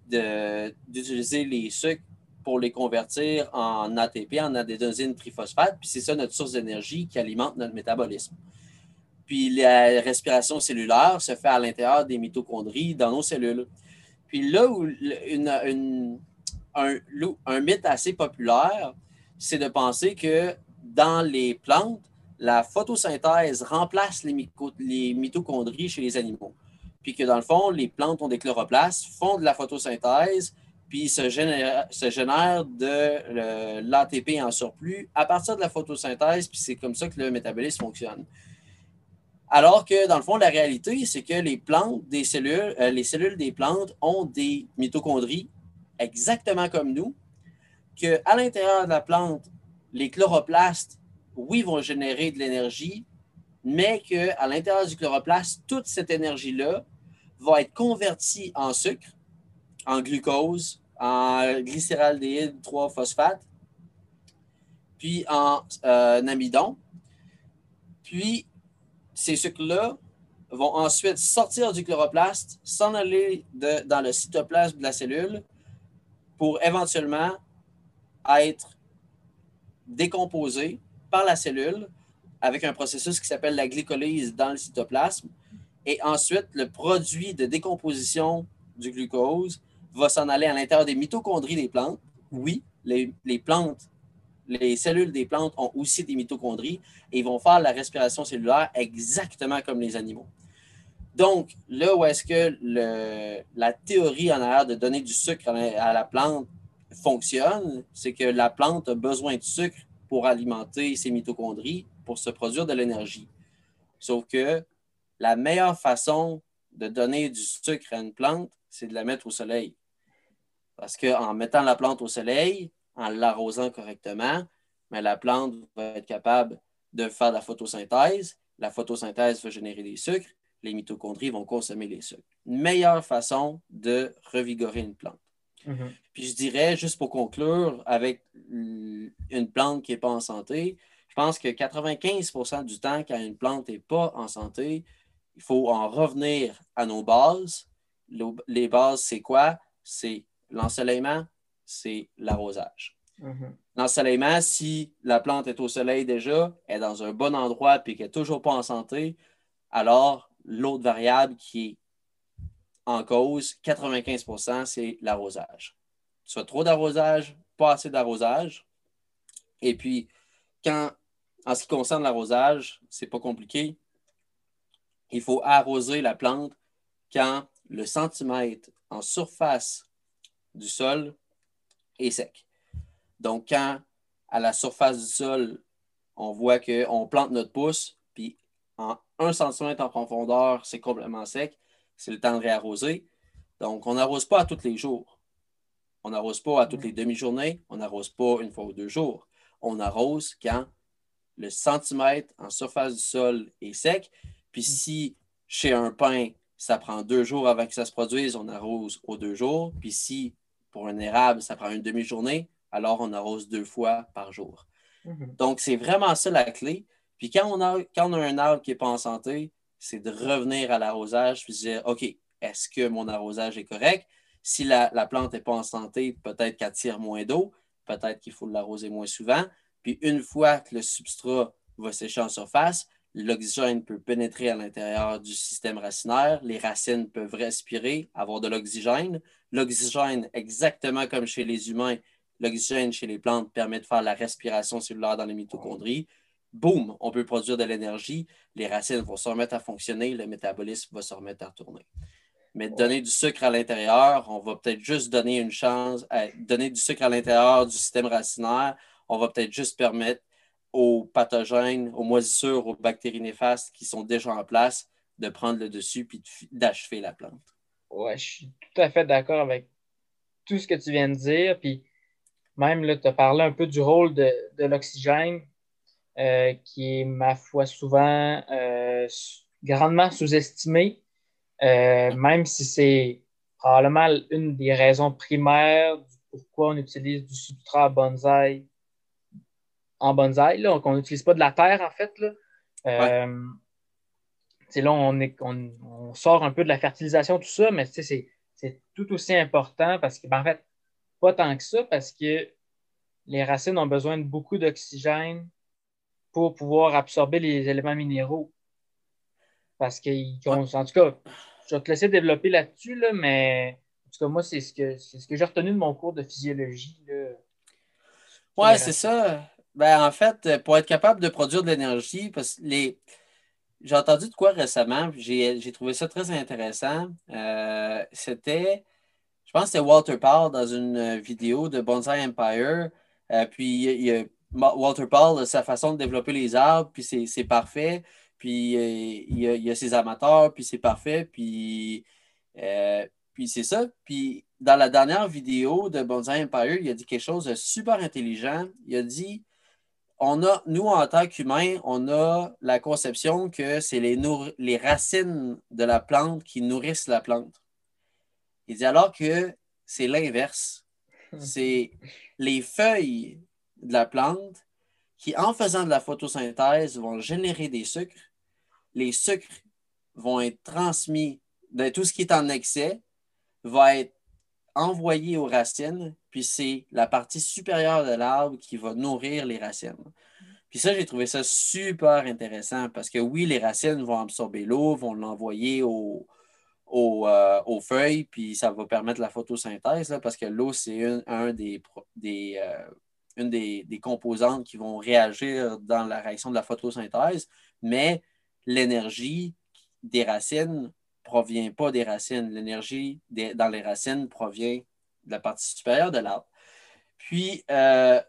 d'utiliser les sucres pour les convertir en A T P, en adénosine triphosphate, puis c'est ça notre source d'énergie qui alimente notre métabolisme. Puis la respiration cellulaire se fait à l'intérieur des mitochondries dans nos cellules. Puis là où une, une, un, un mythe assez populaire, c'est de penser que dans les plantes, la photosynthèse remplace les, myco, les mitochondries chez les animaux. Puis que dans le fond, les plantes ont des chloroplastes, font de la photosynthèse, puis se génèrent, se génèrent de l'A T P en surplus à partir de la photosynthèse, puis c'est comme ça que le métabolisme fonctionne. Alors que, dans le fond, la réalité, c'est que les plantes des cellules, euh, les cellules des plantes ont des mitochondries exactement comme nous, qu'à l'intérieur de la plante, les chloroplastes, oui, vont générer de l'énergie, mais qu'à l'intérieur du chloroplaste, toute cette énergie-là va être convertie en sucre, en glucose, en glycéraldéhyde trois phosphate, puis en euh, amidon. Puis, ces sucres-là vont ensuite sortir du chloroplaste, s'en aller de, dans le cytoplasme de la cellule pour éventuellement être décomposés par la cellule avec un processus qui s'appelle la glycolyse dans le cytoplasme. Et ensuite, le produit de décomposition du glucose va s'en aller à l'intérieur des mitochondries des plantes. Oui, les, les plantes, les cellules des plantes ont aussi des mitochondries et ils vont faire la respiration cellulaire exactement comme les animaux. Donc, là où est-ce que le, la théorie en arrière de donner du sucre à la, à la plante fonctionne, c'est que la plante a besoin de sucre pour alimenter ses mitochondries, pour se produire de l'énergie. Sauf que la meilleure façon de donner du sucre à une plante, c'est de la mettre au soleil. Parce qu'en mettant la plante au soleil, en l'arrosant correctement, mais la plante va être capable de faire de la photosynthèse. La photosynthèse va générer des sucres. Les mitochondries vont consommer les sucres. Meilleure façon de revigorer une plante. Mm-hmm. Puis je dirais, juste pour conclure, avec une plante qui n'est pas en santé, je pense que quatre-vingt-quinze pour cent du temps, quand une plante n'est pas en santé, il faut en revenir à nos bases. Les bases, c'est quoi? C'est l'ensoleillement, c'est l'arrosage. Mm-hmm. L'ensoleillement, si la plante est au soleil déjà, est dans un bon endroit et qu'elle n'est toujours pas en santé, alors l'autre variable qui est en cause, quatre-vingt-quinze pour cent, c'est l'arrosage. Soit trop d'arrosage, pas assez d'arrosage. Et puis, quand, en ce qui concerne l'arrosage, c'est pas compliqué. Il faut arroser la plante quand le centimètre en surface du sol est sec. Donc, quand à la surface du sol, on voit qu'on plante notre pouce, puis en un centimètre en profondeur, c'est complètement sec, c'est le temps de réarroser. Donc, on n'arrose pas à tous les jours. On n'arrose pas à toutes les demi-journées. On n'arrose pas une fois ou deux jours. On arrose quand le centimètre en surface du sol est sec. Puis si chez un pin, ça prend deux jours avant que ça se produise, on arrose aux deux jours. Puis si, pour un érable, ça prend une demi-journée, alors on arrose deux fois par jour. Mhm. Donc, c'est vraiment ça la clé. Puis quand on a, quand on a un arbre qui n'est pas en santé, c'est de revenir à l'arrosage puis de dire, OK, est-ce que mon arrosage est correct? Si la, la plante n'est pas en santé, peut-être qu'elle tire moins d'eau, peut-être qu'il faut l'arroser moins souvent. Puis une fois que le substrat va sécher en surface, l'oxygène peut pénétrer à l'intérieur du système racinaire. Les racines peuvent respirer, avoir de l'oxygène. L'oxygène, exactement comme chez les humains, l'oxygène chez les plantes permet de faire la respiration cellulaire dans les mitochondries. Boum, on peut produire de l'énergie. Les racines vont se remettre à fonctionner. Le métabolisme va se remettre à tourner. Mais donner du sucre à l'intérieur, on va peut-être juste donner une chance, à donner du sucre à l'intérieur du système racinaire, on va peut-être juste permettre aux pathogènes, aux moisissures, aux bactéries néfastes qui sont déjà en place de prendre le dessus puis d'achever la plante. Ouais, je suis tout à fait d'accord avec tout ce que tu viens de dire. Puis même, tu as parlé un peu du rôle de, de l'oxygène, euh, qui est, ma foi, souvent euh, grandement sous-estimé. Euh, même si c'est probablement une des raisons primaires du pourquoi on utilise du substrat bonsaï en bonsaï, là, qu'on n'utilise pas de la terre, en fait. Là, Ouais. euh, là on, est, on, on sort un peu de la fertilisation, tout ça, mais c'est, c'est tout aussi important parce que, ben, en fait, pas tant que ça, parce que les racines ont besoin de beaucoup d'oxygène pour pouvoir absorber les éléments minéraux. Parce qu'ils ont, en tout cas, je vais te laisser développer là-dessus, là, mais en tout cas, moi, c'est ce que, c'est ce que j'ai retenu de mon cours de physiologie là, sur Ouais, les c'est racines. ça. Ben, en fait, pour être capable de produire de l'énergie, parce que les... j'ai entendu de quoi récemment, puis j'ai, j'ai trouvé ça très intéressant. Euh, c'était, je pense que c'était Walter Powell dans une vidéo de Bonsai Empire. Euh, puis il y a Walter Powell, sa façon de développer les arbres, puis c'est, c'est parfait. Puis euh, il y a, il y a ses amateurs, puis c'est parfait. Puis, euh, puis c'est ça. Puis dans la dernière vidéo de Bonsai Empire, il a dit quelque chose de super intelligent. Il a dit, on a, nous, en tant qu'humains, on a la conception que c'est les, nourri- les racines de la plante qui nourrissent la plante. Il dit alors que c'est l'inverse. C'est les feuilles de la plante qui, en faisant de la photosynthèse, vont générer des sucres. Les sucres vont être transmis, de tout ce qui est en excès va être envoyé aux racines, puis c'est la partie supérieure de l'arbre qui va nourrir les racines. Puis ça, j'ai trouvé ça super intéressant parce que oui, les racines vont absorber l'eau, vont l'envoyer au, au, euh, aux feuilles, puis ça va permettre la photosynthèse, là, parce que l'eau, c'est une, un des, des, euh, une des, des composantes qui vont réagir dans la réaction de la photosynthèse, mais l'énergie des racines ne provient pas des racines. L'énergie des, dans les racines provient de la partie supérieure de l'arbre. Puis, euh,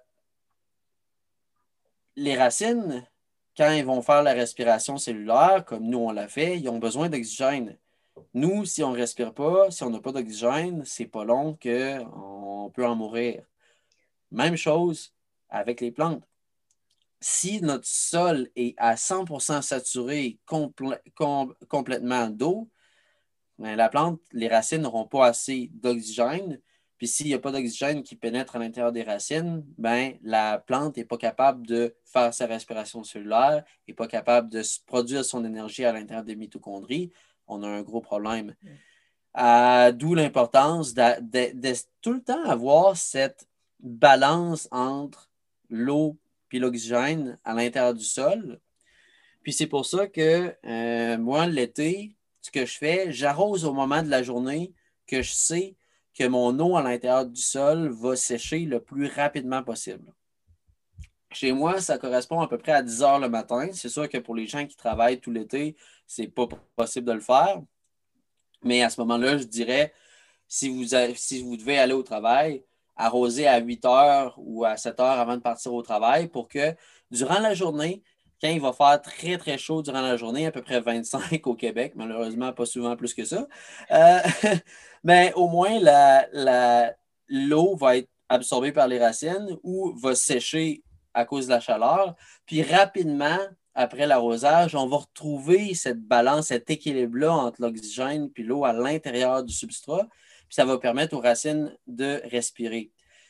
les racines, quand ils vont faire la respiration cellulaire, comme nous on l'a fait, ils ont besoin d'oxygène. Nous, si on ne respire pas, si on n'a pas d'oxygène, c'est pas long qu'on peut en mourir. Même chose avec les plantes. Si notre sol est à cent pour cent saturé complè- com- complètement d'eau, ben, la plante, les racines n'auront pas assez d'oxygène. Puis s'il n'y a pas d'oxygène qui pénètre à l'intérieur des racines, ben, la plante n'est pas capable de faire sa respiration cellulaire, n'est pas capable de produire son énergie à l'intérieur des mitochondries. On a un gros problème. Euh, d'où l'importance de, de, de tout le temps avoir cette balance entre l'eau et l'oxygène à l'intérieur du sol. Puis c'est pour ça que euh, moi, l'été, ce que je fais, j'arrose au moment de la journée que je sais que mon eau à l'intérieur du sol va sécher le plus rapidement possible. Chez moi, ça correspond à peu près à dix heures le matin. C'est sûr que pour les gens qui travaillent tout l'été, c'est pas possible de le faire. Mais à ce moment-là, je dirais, si vous, avez, si vous devez aller au travail, arroser à huit heures ou à sept heures avant de partir au travail pour que durant la journée, quand il va faire très, très chaud durant la journée, à peu près vingt-cinq au Québec, malheureusement, pas souvent plus que ça, euh, mais au moins, la, la, l'eau va être absorbée par les racines ou va sécher à cause de la chaleur. Puis rapidement, après l'arrosage, on va retrouver cette balance, cet équilibre-là entre l'oxygène et l'eau à l'intérieur du substrat. Puis ça va permettre aux racines de respirer.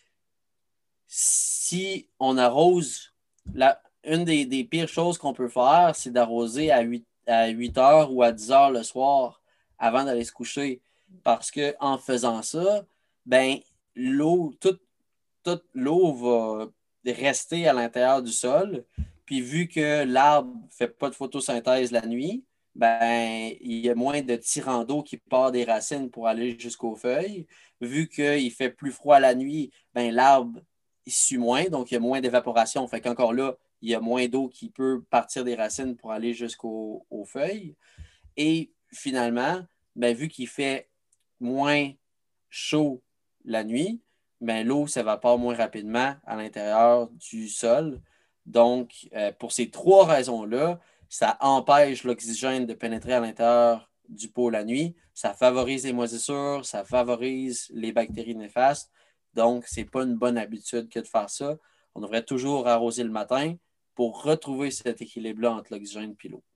Si on arrose, la, une des, des pires choses qu'on peut faire, c'est d'arroser à huit, à huit heures ou à dix heures le soir avant d'aller se coucher. Parce qu'en faisant ça, ben, l'eau, toute, toute l'eau va rester à l'intérieur du sol. Puis vu que l'arbre ne fait pas de photosynthèse la nuit, ben, il y a moins de tirant d'eau qui part des racines pour aller jusqu'aux feuilles. Vu qu'il fait plus froid la nuit, ben, l'arbre il sue moins, donc il y a moins d'évaporation. Fait qu'encore là, il y a moins d'eau qui peut partir des racines pour aller jusqu'aux aux feuilles. Et finalement, ben, vu qu'il fait moins chaud la nuit, ben, l'eau s'évapore moins rapidement à l'intérieur du sol. Donc, euh, pour ces trois raisons-là, ça empêche l'oxygène de pénétrer à l'intérieur du pot la nuit. Ça favorise les moisissures, ça favorise les bactéries néfastes. Donc, ce n'est pas une bonne habitude que de faire ça. On devrait toujours arroser le matin pour retrouver cet équilibre-là entre l'oxygène et l'eau.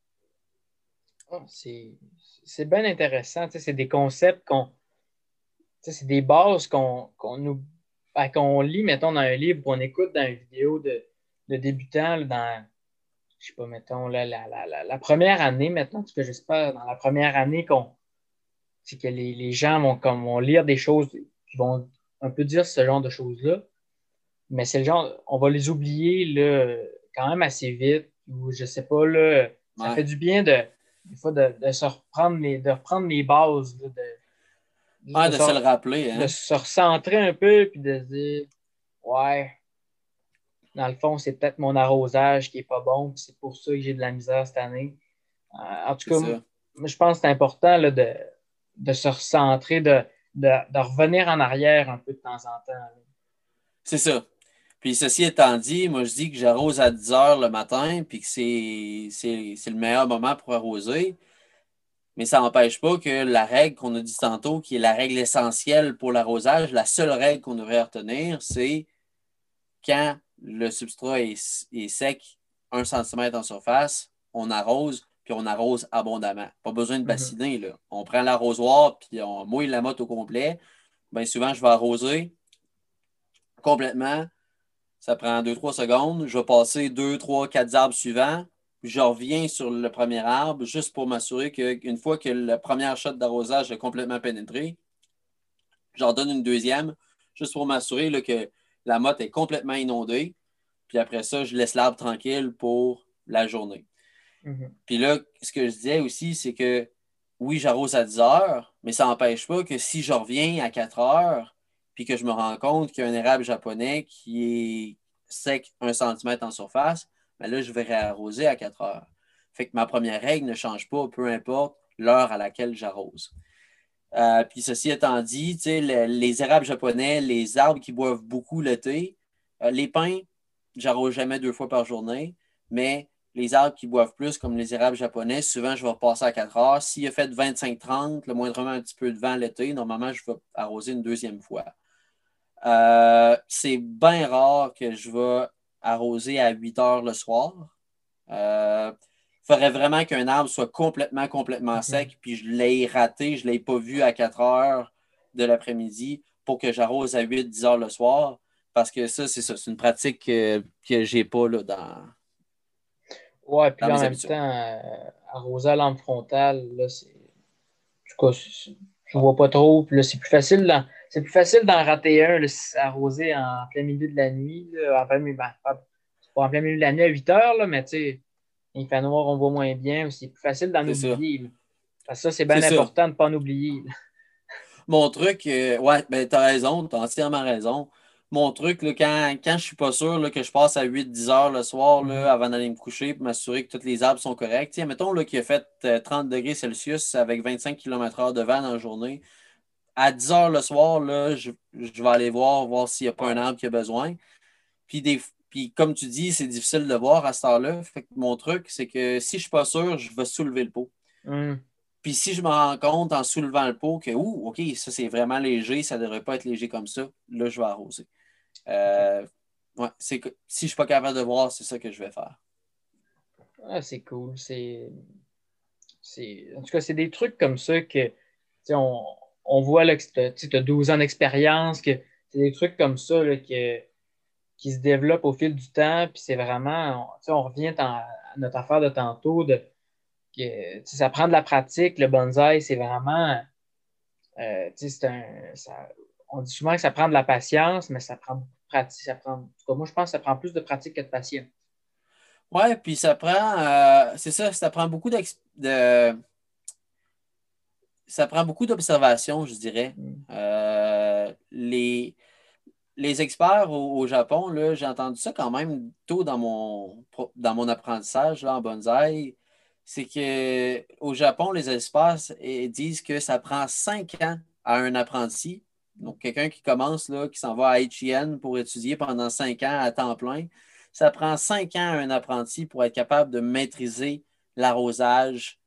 Oh, c'est, c'est bien intéressant. Tu sais, c'est des concepts qu'on. Tu sais, c'est des bases qu'on, qu'on, nous, ben, qu'on lit, mettons, dans un livre, qu'on écoute dans une vidéo de, de débutants, là, dans, je sais pas, mettons, là, la, la, la, la première année, maintenant, ce que j'espère, dans la première année, qu'on, c'est que les, les gens vont, comme, vont lire des choses qui vont un peu dire ce genre de choses-là. Mais c'est le genre, on va les oublier là, quand même assez vite. Ou je sais pas, là, ça Ouais. fait du bien de, des fois de, de se reprendre les, de reprendre les bases, là, de, Ouais, de, de se, se le rappeler. de Hein? se recentrer un peu puis de se dire ouais, dans le fond, c'est peut-être mon arrosage qui est pas bon, puis c'est pour ça que j'ai de la misère cette année. Euh, en tout C'est cas, ça. moi, je pense que c'est important là, de, de se recentrer, de, de, de revenir en arrière un peu de temps en temps. Là. C'est ça. Puis ceci étant dit, moi je dis que j'arrose à dix heures le matin, puis que c'est, c'est, c'est le meilleur moment pour arroser. Mais ça n'empêche pas que la règle qu'on a dit tantôt, qui est la règle essentielle pour l'arrosage, la seule règle qu'on devrait retenir, c'est quand le substrat est, est sec, un centimètre en surface, on arrose, puis on arrose abondamment. Pas besoin de Mm-hmm. bassiner, là. On prend l'arrosoir, puis on mouille la motte au complet. Bien souvent, je vais arroser complètement. Ça prend deux trois secondes. Je vais passer deux trois quatre arbres suivants. Puis je reviens sur le premier arbre juste pour m'assurer qu'une fois que la première shot d'arrosage est complètement pénétrée, j'en donne une deuxième juste pour m'assurer là, que la motte est complètement inondée. Puis après ça, je laisse l'arbre tranquille pour la journée. Mm-hmm. Puis là, ce que je disais aussi, c'est que oui, j'arrose à dix heures, mais ça n'empêche pas que si je reviens à quatre heures, puis que je me rends compte qu'il y a un érable japonais qui est sec un centimètre en surface, bien là, je vais réarroser à quatre heures. Fait que ma première règle ne change pas, peu importe l'heure à laquelle j'arrose. Euh, puis ceci étant dit, le, les érables japonais, les arbres qui boivent beaucoup l'été, euh, les pins, j'arrose jamais deux fois par journée, mais les arbres qui boivent plus, comme les érables japonais, souvent je vais repasser à quatre heures. S'il a fait vingt-cinq trente, le moindrement un petit peu de vent l'été, normalement je vais arroser une deuxième fois. Euh, c'est bien rare que je vais arroser à huit heures le soir. Euh, il faudrait vraiment qu'un arbre soit complètement, complètement sec, mm-hmm. puis je l'ai raté, je ne l'ai pas vu à quatre heures de l'après-midi pour que j'arrose à huit dix heures le soir. Parce que ça, c'est ça. C'est une pratique que, que je n'ai pas là, dans. Ouais, puis dans là, en mes même habitudes. temps, euh, arroser à lampe frontale, là, c'est. En tout cas, c'est... je ne vois pas trop. Puis là, c'est plus facile d'en, c'est plus facile d'en rater un, là, arroser en plein milieu de la nuit. Là, en plein milieu... ben, pas en plein milieu de la nuit à huit heures, là, mais tu sais, il fait noir, on voit moins bien. C'est plus facile d'en c'est oublier. Ça. Parce que ça, c'est bien c'est important ça. de ne pas en oublier. Là. Mon truc, euh, ouais, ben, tu as raison, tu as entièrement raison. Mon truc, là, quand, quand je suis pas sûr là, que je passe à huit dix heures le soir là, Mm-hmm. avant d'aller me coucher pour m'assurer que tous les arbres sont corrects. Tiens, mettons là, qu'il a fait euh, trente degrés Celsius avec vingt-cinq kilomètres heure de vent dans la journée. À dix heures le soir, là, je, je vais aller voir, voir s'il n'y a pas Ouais. un arbre qui a besoin. Puis, des, puis comme tu dis, c'est difficile de voir à cette heure-là. Fait que mon truc, c'est que si je suis pas sûr, je vais soulever le pot. Mm. Puis si je me rends compte en soulevant le pot que, ouh, OK, ça c'est vraiment léger, ça ne devrait pas être léger comme ça, là, je vais arroser. Euh, ouais, c'est que, si je ne suis pas capable de voir, c'est ça que je vais faire. Ah, c'est cool. C'est, c'est... En tout cas, c'est des trucs comme ça que tu sais, on, on voit là, que tu as douze ans d'expérience, que c'est des trucs comme ça là, que, qui se développent au fil du temps. Puis c'est vraiment, on, tu sais, on revient à notre affaire de tantôt, de, que, tu sais, ça prend de la pratique. Le bonsaï, c'est vraiment, euh, tu sais, c'est un, ça- on dit souvent que ça prend de la patience, mais ça prend beaucoup de pratique. Ça prend, en tout cas, moi, je pense que ça prend plus de pratique que de patience. Ouais, puis ça prend, euh, c'est ça, ça prend beaucoup d'ex- de, ça prend beaucoup d'observation, je dirais. Mm. Euh, les, les experts au, au Japon, là, j'ai entendu ça quand même tôt dans mon, pro- dans mon apprentissage là, en bonsaï. C'est que au Japon, les experts eh, disent que ça prend cinq ans à un apprenti. Donc, quelqu'un qui commence, là, qui s'en va à H I N pour étudier pendant cinq ans à temps plein, ça prend cinq ans à un apprenti pour être capable de maîtriser l'arrosage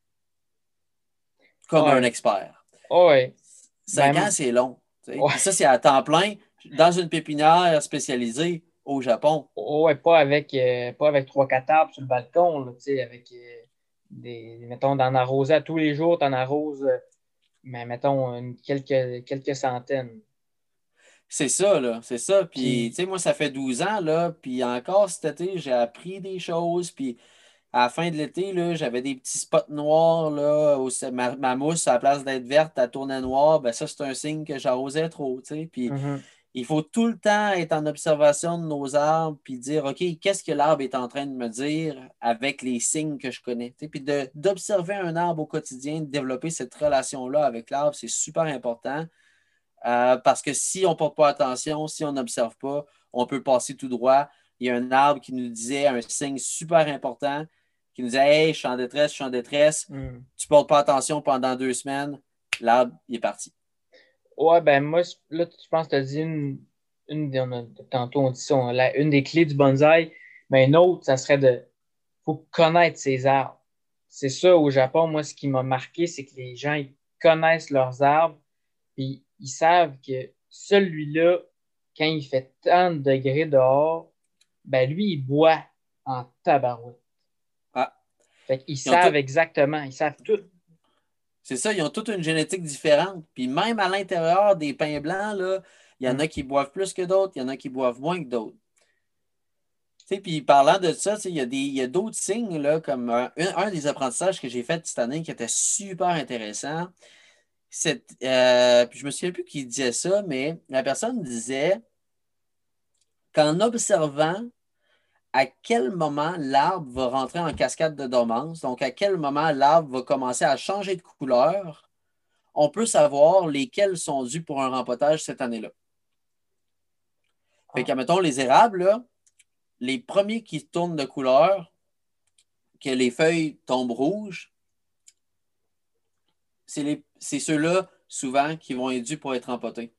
comme un Ouais, expert. ouais. Cinq ans, Ben, c'est long. Tu sais. ouais, Puis ça, c'est à temps plein dans une pépinière spécialisée au Japon. ouais, pas avec, euh, pas avec trois quatre arbres sur le balcon, là, tu sais, avec euh, des, mettons, d'en arroser à tous les jours, t'en arroses, euh, mais mettons, une- quelques, quelques centaines. C'est ça, là. C'est ça. Puis, tu Puis, sais, moi, ça fait douze ans, là. Puis encore cet été, j'ai appris des choses. Puis, à la fin de l'été, là, j'avais des petits spots noirs, là. Où c'est- ma, ma mousse, à la place d'être verte, elle tournait noire. Ben, ça, c'est un signe que j'arrosais trop, tu sais. Puis, mhm. il faut tout le temps être en observation de nos arbres, puis dire, OK, qu'est-ce que l'arbre est en train de me dire avec les signes que je connais. Tu sais, puis de- d'observer un arbre au quotidien, de développer cette relation-là avec l'arbre, c'est super important. Euh, parce que si on ne porte pas attention, si on n'observe pas, on peut passer tout droit. Il y a un arbre qui nous disait un signe super important, qui nous disait, Hey, je suis en détresse, je suis en détresse. Mm. Tu ne portes pas attention pendant deux semaines, l'arbre, il est parti. Ouais, ben moi, là, je pense que tu as dit une, une des- on a- tantôt, on dit ça, on- la- une des clés du bonsaï, mais une autre, ça serait de, faut connaître ses arbres. C'est ça, au Japon, moi, ce qui m'a marqué, c'est que les gens, ils connaissent leurs arbres, puis ils savent que celui-là, quand il fait tant de degrés dehors, ben lui, il boit en tabarouette. Ah, Fait qu'ils ils ont tout, savent exactement, ils savent tout. c'est ça, ils ont toute une génétique différente. Puis même à l'intérieur des pains blancs, là, il y en Mm. a qui boivent plus que d'autres, il y en a qui boivent moins que d'autres. Tu sais, puis parlant de ça, tu sais, il y a des, il y a d'autres signes, là, comme un, un- un des apprentissages que j'ai fait cette année qui était super intéressant. C'est, euh, puis je me souviens plus qui disait ça, mais la personne disait qu'en observant à quel moment l'arbre va rentrer en cascade de dormance, donc à quel moment l'arbre va commencer à changer de couleur, on peut savoir lesquels sont dus pour un rempotage cette année-là. Fait que, Ah, mettons, les érables, là, les premiers qui tournent de couleur, que les feuilles tombent rouges, c'est, les, c'est ceux-là, souvent, qui vont être dus pour être rempotés.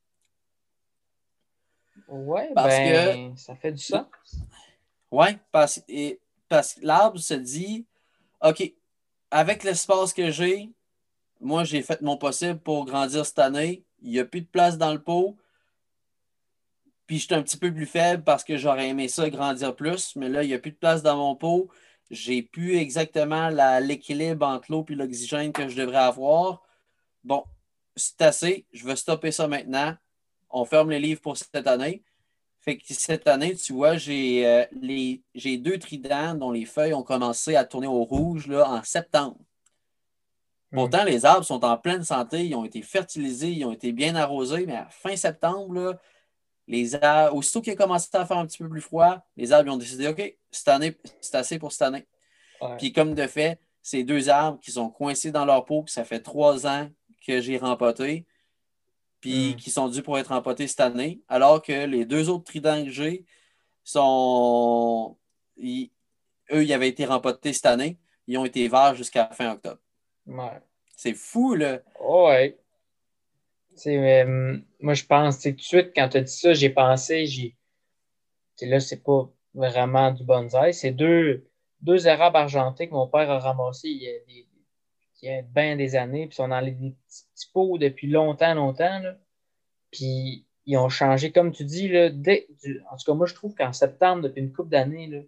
ouais, Parce que, ben, ça fait du sens. ouais, parce, et, parce que l'arbre se dit, OK, avec l'espace que j'ai, moi, j'ai fait mon possible pour grandir cette année. Il n'y a plus de place dans le pot. Puis je suis un petit peu plus faible parce que j'aurais aimé ça grandir plus. Mais là, il n'y a plus de place dans mon pot. J'ai plus exactement la- l'équilibre entre l'eau et l'oxygène que je devrais avoir. Bon, c'est assez. Je vais stopper ça maintenant. On ferme les livres pour cette année. Fait que cette année, tu vois, j'ai euh, les, j'ai deux tridents dont les feuilles ont commencé à tourner au rouge là, en septembre. Mm. Pourtant, les arbres sont en pleine santé, ils ont été fertilisés, ils ont été bien arrosés, mais à fin septembre, là, les arbres, aussitôt qu'il a commencé à faire un petit peu plus froid, les arbres ils ont décidé, OK, cette année, c'est assez pour cette année. Ouais. Puis comme de fait, ces deux arbres qui sont coincés dans leur peau, que ça fait trois ans que j'ai rempoté, puis Mm. qui sont dus pour être rempotés cette année, alors que les deux autres tridents que j'ai sont. Ils- eux, ils avaient été rempotés cette année, ils ont été verts jusqu'à fin octobre. Ouais. C'est fou, là. Ouais. Tu sais, euh, moi, je pense, tu sais, tout de suite, quand tu as dit ça, j'ai pensé, j'ai, tu sais, là, c'est pas vraiment du bonsaï. C'est deux, deux érables argentés que mon père a ramassés il y a, des, il y a bien des années, puis ils sont dans les, des petits, petits pots depuis longtemps, longtemps, là. Puis ils ont changé, comme tu dis, là, dès, du- en tout cas, moi, je trouve qu'en septembre, depuis une couple d'années, là,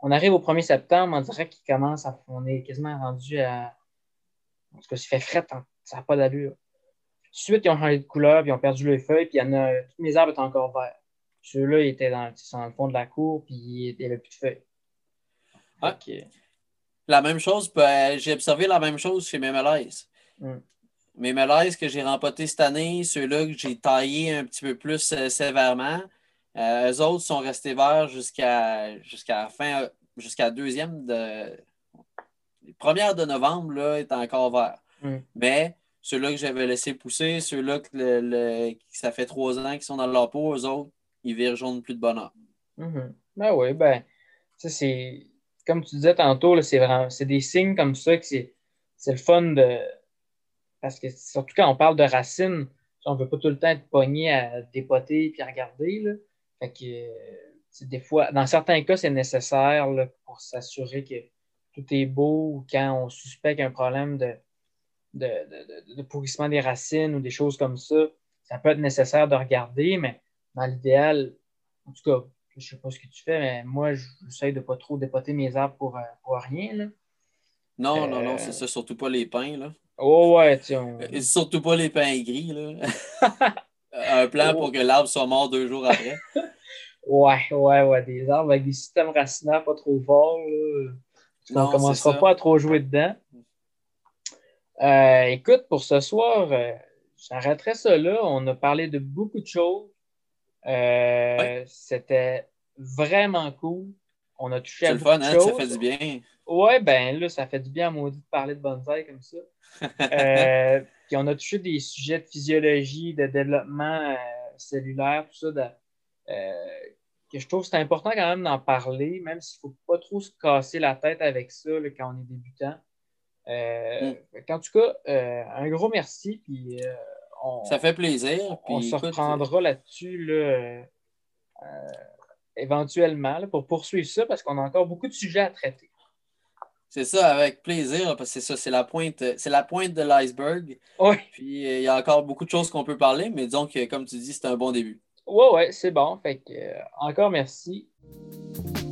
on arrive au premier septembre, on dirait qu'il commence à. On est quasiment rendu à. En tout cas, il fait fret, hein, ça n'a pas d'allure. Tout de suite, ils ont changé de couleur, puis ils ont perdu les feuilles, puis il y en a. Tous mes arbres étaient encore verts. Ceux-là, ils étaient dans, dans le fond de la cour, puis il n'y avait plus de feuilles. Ouais. Okay. La même chose, ben, j'ai observé la même chose chez mes mélèzes. Mm. Mes mélèzes que j'ai rempotés cette année, ceux-là que j'ai taillés un petit peu plus euh, sévèrement, euh, eux autres sont restés verts jusqu'à jusqu'à la fin, jusqu'à la deuxième de. Première de novembre, là, est encore vert. Mm. Mais ceux-là que j'avais laissé pousser, ceux-là que le, le, ça fait trois ans qu'ils sont dans leur peau, eux autres, ils virent jaune plus de bonheur. Mm-hmm. Ben oui, ben, ça c'est. Comme tu disais tantôt, là, c'est vraiment. C'est des signes comme ça que c'est, c'est le fun de. Parce que surtout quand on parle de racines, on ne veut pas tout le temps être pogné à dépoter et à regarder. Là. Fait que, des fois, dans certains cas, c'est nécessaire là, pour s'assurer que tout est beau ou quand on suspecte un problème de, de, de, de pourrissement des racines ou des choses comme ça. Ça peut être nécessaire de regarder, mais dans l'idéal, en tout cas, je ne sais pas ce que tu fais, mais moi, j'essaie de ne pas trop dépoter mes arbres pour, pour rien. Là. Non, euh... non, non, c'est ça, surtout pas les pins, là. Oh ouais, tu on... Et surtout pas les pins gris, là. Un plan oh. pour que l'arbre soit mort deux jours après. Ouais, ouais, ouais, des arbres avec des systèmes racinaires pas trop forts. Là. On ne commencera pas à trop jouer dedans. Euh, écoute, pour ce soir, euh, j'arrêterai ça là. On a parlé de beaucoup de choses. Euh, ouais. C'était vraiment cool. On a touché c'est à le beaucoup fun, de hein? choses. Ça fait du bien. Ouais, ben là, ça fait du bien à maudit de parler de bonsaï comme ça. euh, puis on a touché des sujets de physiologie, de développement euh, cellulaire, tout ça, de, euh, que je trouve que c'est important quand même d'en parler, même s'il ne faut pas trop se casser la tête avec ça là, quand on est débutant. Euh, mm. En tout cas, euh, un gros merci. Puis, euh, on, ça fait plaisir. On, on puis, se écoute, reprendra là-dessus là, euh, euh, éventuellement là, pour poursuivre ça parce qu'on a encore beaucoup de sujets à traiter. C'est ça, avec plaisir, parce que c'est ça, c'est la pointe, c'est la pointe de l'iceberg. Oui. Puis il euh, y a encore beaucoup de choses qu'on peut parler, mais disons que, comme tu dis, c'est un bon début. Oui, oui, c'est bon. Fait que, euh, encore merci.